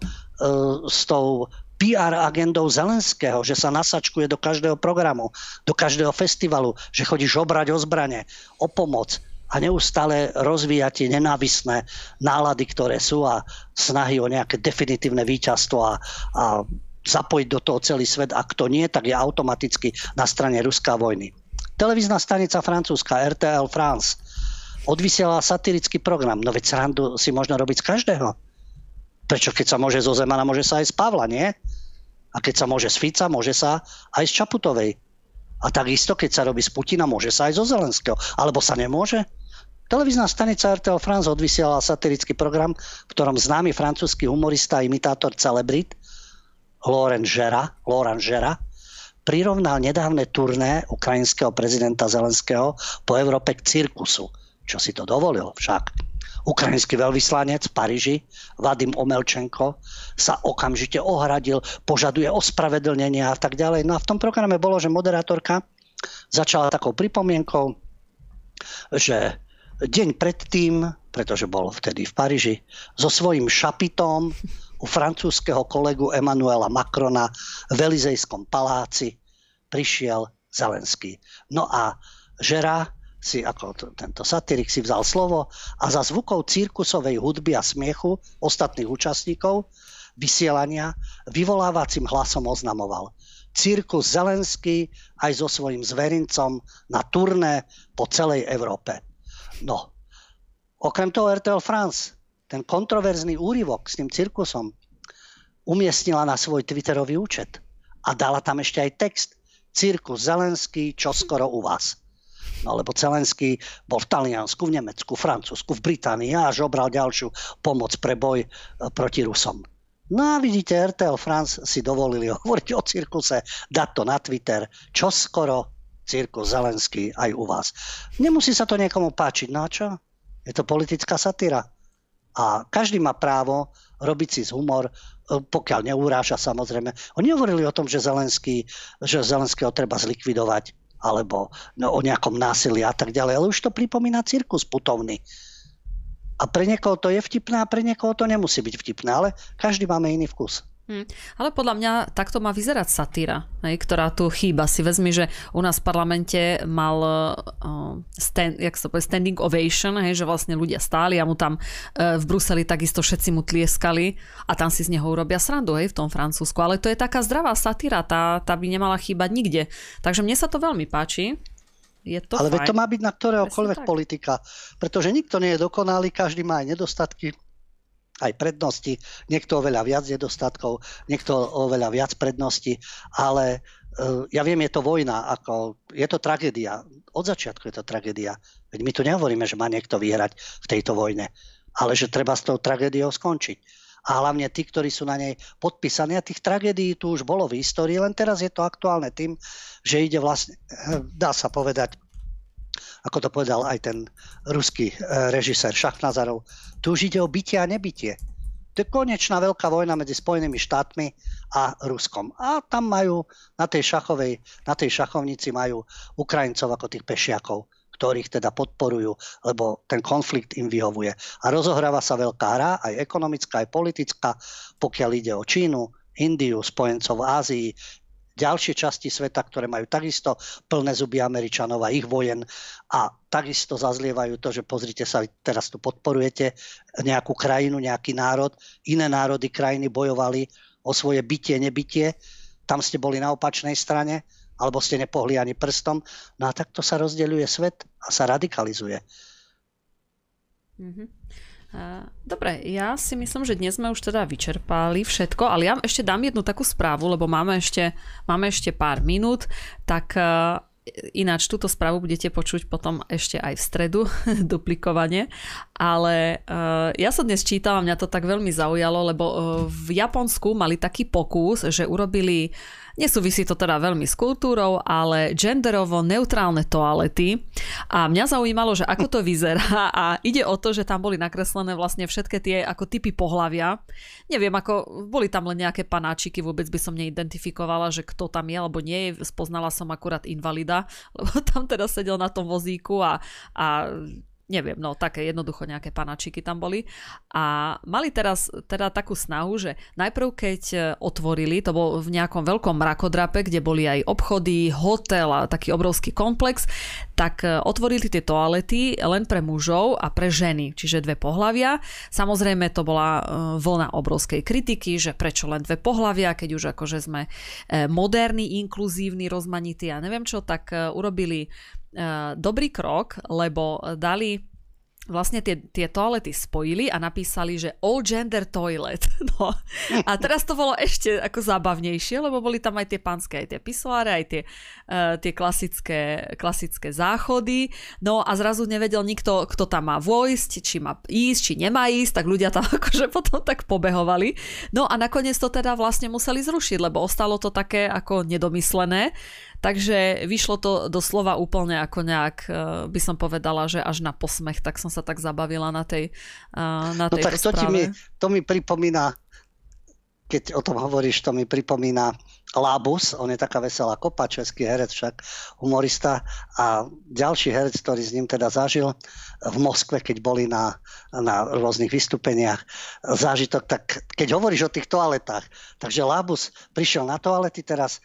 s tou PR agendou Zelenského, že sa nasačkuje do každého programu, do každého festivalu, že chodí žobrať o zbrane, o pomoc a neustále rozvíja tie nenávisné nálady, ktoré sú a snahy o nejaké definitívne víťazstvo a zapojiť do toho celý svet. Ak to nie, tak je automaticky na strane Ruská vojny. Televízna stanica francúzska RTL France odvysielala satirický program. No veď srandu si možno robiť z každého. Prečo keď sa môže zo Zemana, môže sa aj z Pavla, nie? A keď sa môže z Fica, môže sa aj z Čaputovej. A takisto, keď sa robí z Putina, môže sa aj zo Zelenského. Alebo sa nemôže? Televízna stanica RTL France odvysielala satirický program, v ktorom známy francúzsky humorista a imitátor celebrit Laurent Gera prirovnal nedávne turné ukrajinského prezidenta Zelenského po Európe k cirkusu. Čo si to dovolil však. Ukrajinský veľvyslanec v Paríži Vadim Omelčenko sa okamžite ohradil, požaduje ospravedlnenie a tak ďalej. No a v tom programe bolo, že moderátorka začala takou pripomienkou, že deň predtým, pretože bol vtedy v Paríži, so svojím šapitom u francúzskeho kolegu Emmanuela Macrona v Elizejskom paláci prišiel Zelenský. No a Žera si ako tento satirik si vzal slovo a za zvukov cirkusovej hudby a smiechu ostatných účastníkov vysielania vyvolávacím hlasom oznamoval: cirkus Zelenský aj so svojím zverincom na turné po celej Európe. No, okrem toho RTL France ten kontroverzný úryvok s tým cirkusom umiestnila na svoj Twitterový účet a dala tam ešte aj text: cirkus Zelenský čoskoro u vás. No lebo Zelenský bol v Taliansku, v Nemecku, Francúzsku, v Británii a žobral ďalšiu pomoc pre boj proti Rusom. No a vidíte, RTL France si dovolili hovoriť o cirkuse, dať to na Twitter, čoskoro cirkus Zelenský aj u vás. Nemusí sa to niekomu páčiť, no a čo? Je to politická satíra. A každý má právo robiť si z humor, pokiaľ neuráža samozrejme. Oni hovorili o tom, že Zelenského treba zlikvidovať, alebo o nejakom násilí a tak ďalej. Ale už to pripomína cirkus putovný. A pre niekoho to je vtipné a pre niekoho to nemusí byť vtipné, ale každý máme iný vkus. Ale podľa mňa takto má vyzerať satíra, ktorá tu chýba. Si vezmi, že u nás v parlamente mal standing ovation, že vlastne ľudia stáli a mu tam v Bruseli takisto všetci mu tlieskali a tam si z neho urobia srandu v tom Francúzsku. Ale to je taká zdravá satíra, tá by nemala chýbať nikde. Takže mne sa to veľmi páči. Je to ale fajn. To má byť na ktoréhokoľvek politika, pretože nikto nie je dokonalý, každý má aj nedostatky, aj prednosti, niekto oveľa viac nedostatkov, niekto oveľa viac predností, ale ja viem, je to vojna, je to tragédia. Od začiatku je to tragédia. Veď my tu nehovoríme, že má niekto vyhrať v tejto vojne. ale že treba s tou tragédiou skončiť. A hlavne tí, ktorí sú na nej podpísaní. A tých tragédií tu už bolo v histórii, len teraz je to aktuálne tým, že ide vlastne, dá sa povedať, ako to povedal aj ten ruský režisér Šachnazarov, tu už ide o bytie a nebytie. To je konečná veľká vojna medzi Spojenými štátmi a Ruskom. A tam majú, na tej šachovnici majú Ukrajincov ako tých pešiakov, ktorých teda podporujú, lebo ten konflikt im vyhovuje. A rozohráva sa veľká hra, aj ekonomická, aj politická, pokiaľ ide o Čínu, Indiu, spojencov v Ázii, ďalšie časti sveta, ktoré majú takisto plné zuby Američanov a ich vojen a takisto zazlievajú to, že pozrite sa, teraz tu podporujete nejakú krajinu, nejaký národ, iné národy krajiny bojovali o svoje bytie, nebytie, tam ste boli na opačnej strane, alebo ste nepohli ani prstom, no a takto sa rozdeľuje svet a sa radikalizuje. Dobre, ja si myslím, že dnes sme už teda vyčerpali všetko, ale ja ešte dám jednu takú správu, lebo máme ešte pár minút, tak ináč túto správu budete počuť potom ešte aj v stredu, duplikovane, ale ja som dnes čítala, mňa to tak veľmi zaujalo, lebo v Japonsku mali taký pokus, že urobili, nesúvisí to teda veľmi s kultúrou, ale genderovo neutrálne toalety a mňa zaujímalo, že ako to vyzerá a ide o to, že tam boli nakreslené vlastne všetky tie ako typy pohlavia. Neviem, ako boli tam len nejaké panáčiky, vôbec by som neidentifikovala, že kto tam je alebo nie je. Spoznala som akurát invalida, lebo tam teda sedel na tom vozíku a neviem, no také jednoducho nejaké panačiky tam boli. A mali teraz teda takú snahu, že najprv keď otvorili, to bol v nejakom veľkom mrakodrape, kde boli aj obchody, hotel a taký obrovský komplex, tak otvorili tie toalety len pre mužov a pre ženy, čiže dve pohlavia. Samozrejme to bola vlna obrovskej kritiky, že prečo len dve pohlavia, keď už akože sme moderní, inkluzívni, rozmanití a neviem čo, tak urobili dobrý krok, lebo dali vlastne tie toalety spojili a napísali, že all gender toilet. No. A teraz to bolo ešte ako zábavnejšie, lebo boli tam aj tie pánske, aj tie pisoáre, aj tie klasické záchody. No a zrazu nevedel nikto, kto tam má vojsť, či má ísť, či nemá ísť, tak ľudia tam akože potom tak pobehovali. No a nakoniec to teda vlastne museli zrušiť, lebo ostalo to také ako nedomyslené. Takže vyšlo to doslova úplne ako nejak, by som povedala, že až na posmech, tak som sa tak zabavila na tejto správe. To mi pripomína, keď o tom hovoríš, to mi pripomína Labus, on je taká veselá kopa, český herec však, humorista a ďalší herec, ktorý s ním teda zažil v Moskve, keď boli na rôznych vystúpeniach zážitok, tak keď hovoríš o tých toaletách, takže Labus prišiel na toalety, teraz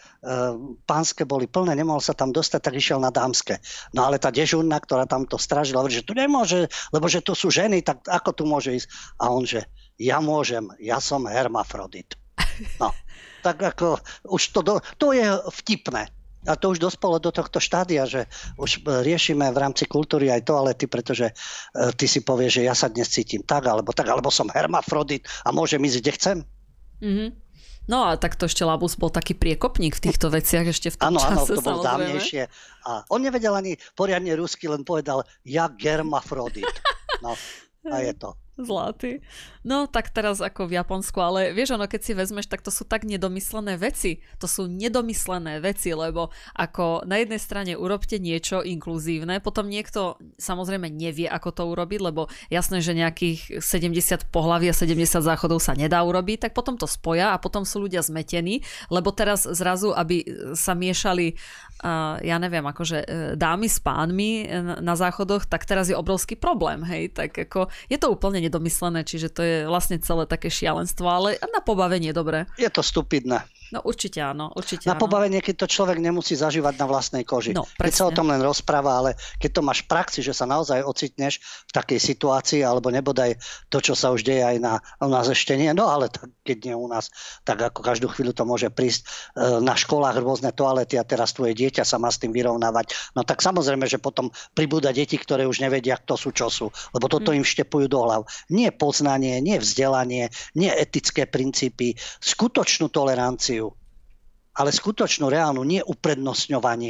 pánske boli plné, nemohol sa tam dostať, tak išiel na dámske. No ale tá dežurná, ktorá tam to strážila, hovorí, že tu nemôže, lebo že tu sú ženy, tak ako tu môže ísť? A on, že ja môžem, ja som hermafrodit. No, tak ako už to je vtipné. A to už dospelo do tohto štádia, že už riešime v rámci kultúry aj toalety, pretože ty si povieš, že ja sa dnes cítim tak, alebo som hermafrodit a môžem ísť, kde chcem. Mm-hmm. No a tak to ešte Labus bol taký priekopník v týchto veciach ešte v tom čase. Áno, to bol dávnejšie. A on nevedel ani poriadne rusky, len povedal ja germafrodit. No, a je to. Zlatý. No tak teraz ako v Japonsku, ale vieš, ono keď si vezmeš, tak to sú tak nedomyslené veci. To sú nedomyslené veci, lebo ako na jednej strane urobte niečo inkluzívne, potom niekto samozrejme nevie, ako to urobiť, lebo jasné, že nejakých 70 pohlaví a 70 záchodov sa nedá urobiť, tak potom to spoja a potom sú ľudia zmetení, lebo teraz zrazu, aby sa miešali ja neviem, akože dámy s pánmi na záchodoch, tak teraz je obrovský problém, hej, tak ako je to úplne nedomyslené, čiže to je vlastne celé také šialenstvo, ale na pobavenie dobre. Je to stupidné. No určite áno, Na pobavenie, keď to človek nemusí zažívať na vlastnej koži. No, keď sa o tom len rozpráva, ale keď to máš v praxi, že sa naozaj ocitneš v takej situácii, alebo nebodaj to, čo sa už deje aj u nás ešte nie, no ale tak, keď nie u nás, tak ako každú chvíľu to môže prísť na školách rôzne toalety a teraz tvoje dieťa sa má s tým vyrovnávať. No tak samozrejme, že potom pribúda deti, ktoré už nevedia, kto sú, čo sú, lebo toto im vštepujú do hlav. Nie poznanie, nie vzdelanie, nie etické princípy, skutočnú toleranciu, ale skutočnú, reálnu, nie uprednostňovanie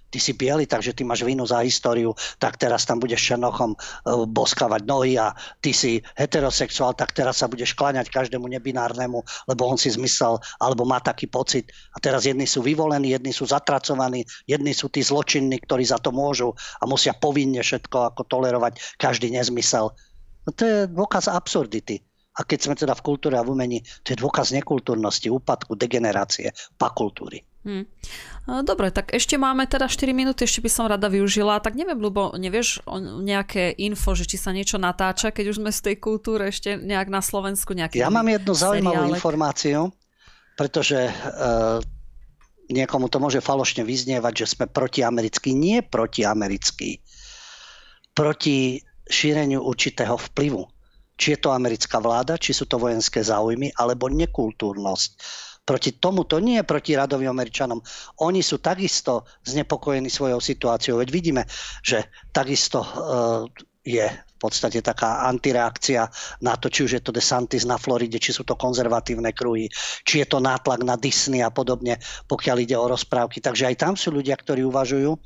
ty si biely, takže ty máš vinu za históriu, tak teraz tam budeš černochom boskávať nohy a ty si heterosexuál, tak teraz sa budeš kláňať každému nebinárnemu, lebo on si zmyslel, alebo má taký pocit. A teraz jedni sú vyvolení, jedni sú zatracovaní, jedni sú tí zločinní, ktorí za to môžu a musia povinne všetko ako tolerovať každý nezmysel. No to je dôkaz absurdity. A keď sme teda v kultúre a v umení, to je dôkaz nekultúrnosti, úpadku, degenerácie, pakultúry. Dobre, tak ešte máme teda 4 minúty, ešte by som rada využila. Tak neviem, Ľubo, nevieš nejaké info, že či sa niečo natáča, keď už sme z tej kultúry ešte nejak na Slovensku nejaké Ja mám jednu zaujímavú informáciu, pretože niekomu to môže falošne vyznievať, že sme protiamerickí. Nie protiamerickí. Proti šíreniu určitého vplyvu. Či je to americká vláda, či sú to vojenské záujmy, alebo nekultúrnosť. Proti tomuto, nie proti radovým Američanom. Oni sú takisto znepokojení svojou situáciou. Veď vidíme, že takisto je v podstate taká antireakcia na to, či už je to DeSantis na Floride, či sú to konzervatívne kruhy, či je to nátlak na Disney a podobne, pokiaľ ide o rozprávky. Takže aj tam sú ľudia, ktorí uvažujú,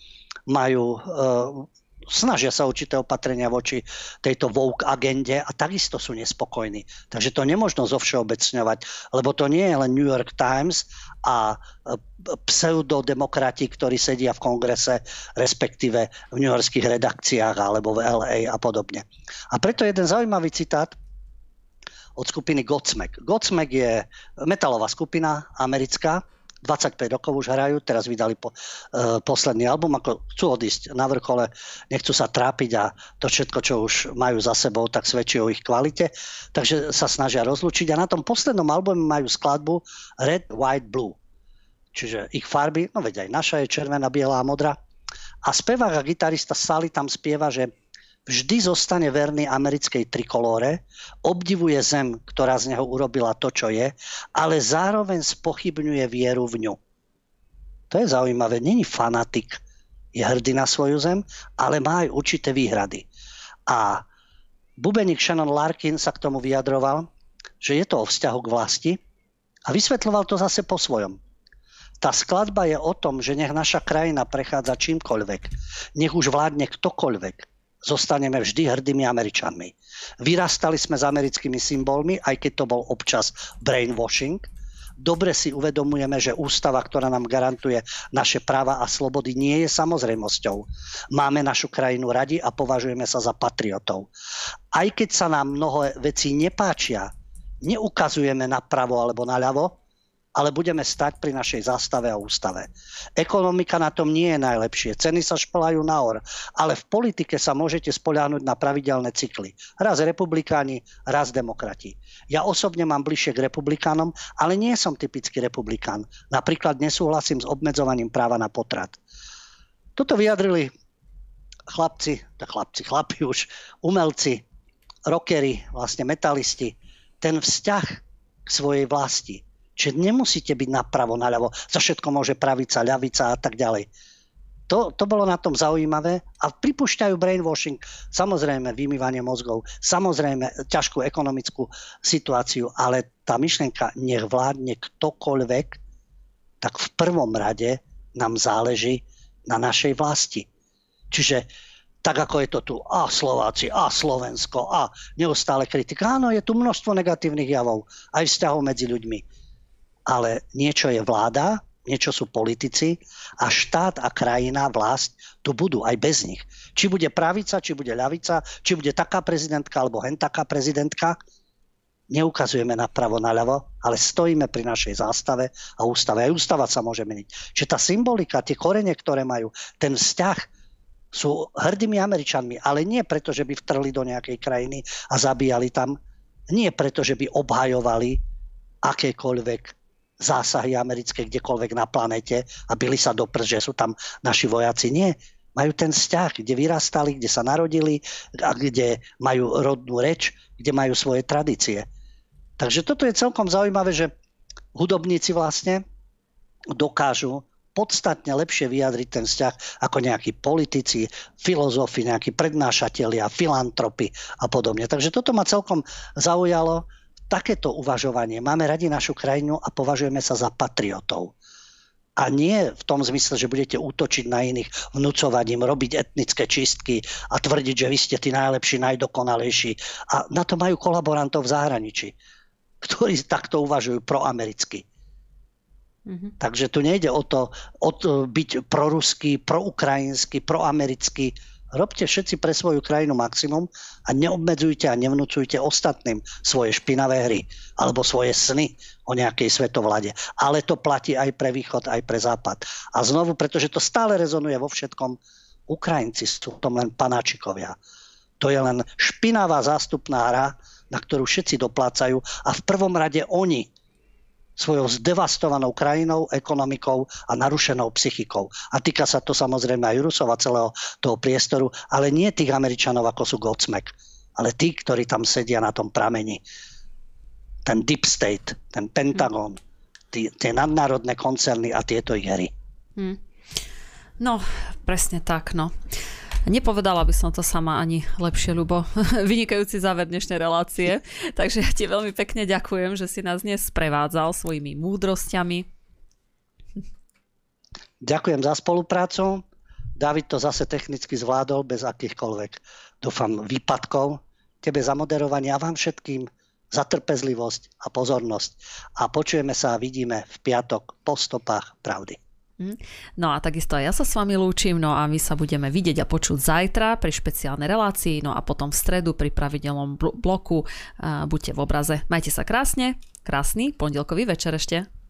snažia sa určité opatrenia voči tejto woke agende a takisto sú nespokojní. Takže to nemožno zovšeobecňovať, lebo to nie je len New York Times a pseudodemokrati, ktorí sedia v kongrese, respektíve v newyorských redakciách alebo v LA a podobne. A preto jeden zaujímavý citát od skupiny Godsmack. Godsmack je metalová skupina americká, 25 rokov už hrajú, teraz vydali posledný album, ako chcú odísť na vrchole, nechcú sa trápiť a to všetko, čo už majú za sebou, tak svedčí o ich kvalite, takže sa snažia rozlúčiť a na tom poslednom albume majú skladbu Red, White, Blue, čiže ich farby, no veď aj naša je červená, biela a modrá a spevák a gitarista Sally tam spieva, že vždy zostane verný americkej trikolóre, obdivuje zem, ktorá z neho urobila to, čo je, ale zároveň spochybňuje vieru v ňu. To je zaujímavé. Není fanatik, je hrdý na svoju zem, ale má aj určité výhrady. A bubeník Shannon Larkin sa k tomu vyjadroval, že je to o vzťahu k vlasti a vysvetľoval to zase po svojom. Tá skladba je o tom, že nech naša krajina prechádza čímkoľvek, nech už vládne ktokoľvek, zostaneme vždy hrdými Američanmi. Vyrastali sme s americkými symbolmi, aj keď to bol občas brainwashing. Dobre si uvedomujeme, že ústava, ktorá nám garantuje naše práva a slobody, nie je samozrejmosťou. Máme našu krajinu radi a považujeme sa za patriotov. Aj keď sa nám mnoho vecí nepáčia, neukazujeme napravo alebo naľavo, ale budeme stať pri našej zástave a ústave. Ekonomika na tom nie je najlepšie. Ceny sa šplhajú nahor, ale v politike sa môžete spoľahnúť na pravidelné cykly. Raz republikáni, raz demokrati. Ja osobne mám bližšie k republikánom, ale nie som typický republikán. Napríklad nesúhlasím s obmedzovaním práva na potrat. Toto vyjadrili chlapi už, umelci, rockery, vlastne metalisti, ten vzťah k svojej vlasti. Čiže nemusíte byť napravo, naľavo, za všetko môže pravica, ľavica a tak ďalej. To bolo na tom zaujímavé a pripúšťajú brainwashing, samozrejme vymývanie mozgov, samozrejme ťažkú ekonomickú situáciu, ale tá myšlienka, nech vládne ktokoľvek, tak v prvom rade nám záleží na našej vlasti. Čiže tak ako je to tu, a Slováci, a Slovensko, a neustále kritika. Áno, je tu množstvo negatívnych javov, aj vzťahov medzi ľuďmi. Ale niečo je vláda, niečo sú politici a štát a krajina, vlast tu budú aj bez nich. Či bude pravica, či bude ľavica, či bude taká prezidentka alebo hen taká prezidentka, neukazujeme napravo, naľavo, ale stojíme pri našej zástave a ústave. Aj ústava sa môže meniť. Čiže tá symbolika, tie korene, ktoré majú, ten vzťah, sú hrdými Američanmi, ale nie preto, že by vtrhli do nejakej krajiny a zabíjali tam, nie preto, že by obhajovali akékoľvek zásahy americké kdekoľvek na planete a bili sa do prst, že sú tam naši vojaci. Nie. Majú ten vzťah, kde vyrastali, kde sa narodili a kde majú rodnú reč, kde majú svoje tradície. Takže toto je celkom zaujímavé, že hudobníci vlastne dokážu podstatne lepšie vyjadriť ten vzťah ako nejakí politici, filozofi, nejakí prednášatelia, filantropi a podobne. Takže toto ma celkom zaujalo. Takéto uvažovanie. Máme radi našu krajinu a považujeme sa za patriotov. A nie v tom zmysle, že budete útočiť na iných, vnúcovať im, robiť etnické čistky a tvrdiť, že vy ste tí najlepší, najdokonalejší. A na to majú kolaborantov v zahraničí, ktorí takto uvažujú proamericky. Takže tu nejde o to byť proruský, proukrajinský, proamerický. Robte všetci pre svoju krajinu maximum a neobmedzujte a nevnúcujte ostatným svoje špinavé hry alebo svoje sny o nejakej svetovlade. Ale to platí aj pre východ, aj pre západ. A znovu, pretože to stále rezonuje vo všetkom, Ukrajinci sú tom len panáčikovia. To je len špinavá zástupná hra, na ktorú všetci doplácajú a v prvom rade oni svojou zdevastovanou krajinou, ekonomikou a narušenou psychikou. A týka sa to samozrejme aj Rusov a celého toho priestoru, ale nie tých Američanov, ako sú Godsmack, ale tí, ktorí tam sedia na tom prameni. Ten Deep State, ten Pentagon, tie nadnárodné koncerny a tieto ich hry. No, presne tak, no. Nepovedala by som to sama ani lepšie, Ľubo. Vynikajúci záver dnešnej relácie. Takže ja ti veľmi pekne ďakujem, že si nás dnes sprevádzal svojimi múdrosťami. Ďakujem za spoluprácu. David to zase technicky zvládol bez akýchkoľvek, dúfam, výpadkov. Tebe za moderovanie a vám všetkým za trpezlivosť a pozornosť. A počujeme sa a vidíme v piatok po stopách pravdy. No a takisto aj ja sa s vami lúčim, no a my sa budeme vidieť a počuť zajtra pri špeciálnej relácii, no a potom v stredu pri pravidelnom bloku. Buďte v obraze. Majte sa krásne, krásny pondelkový večer ešte.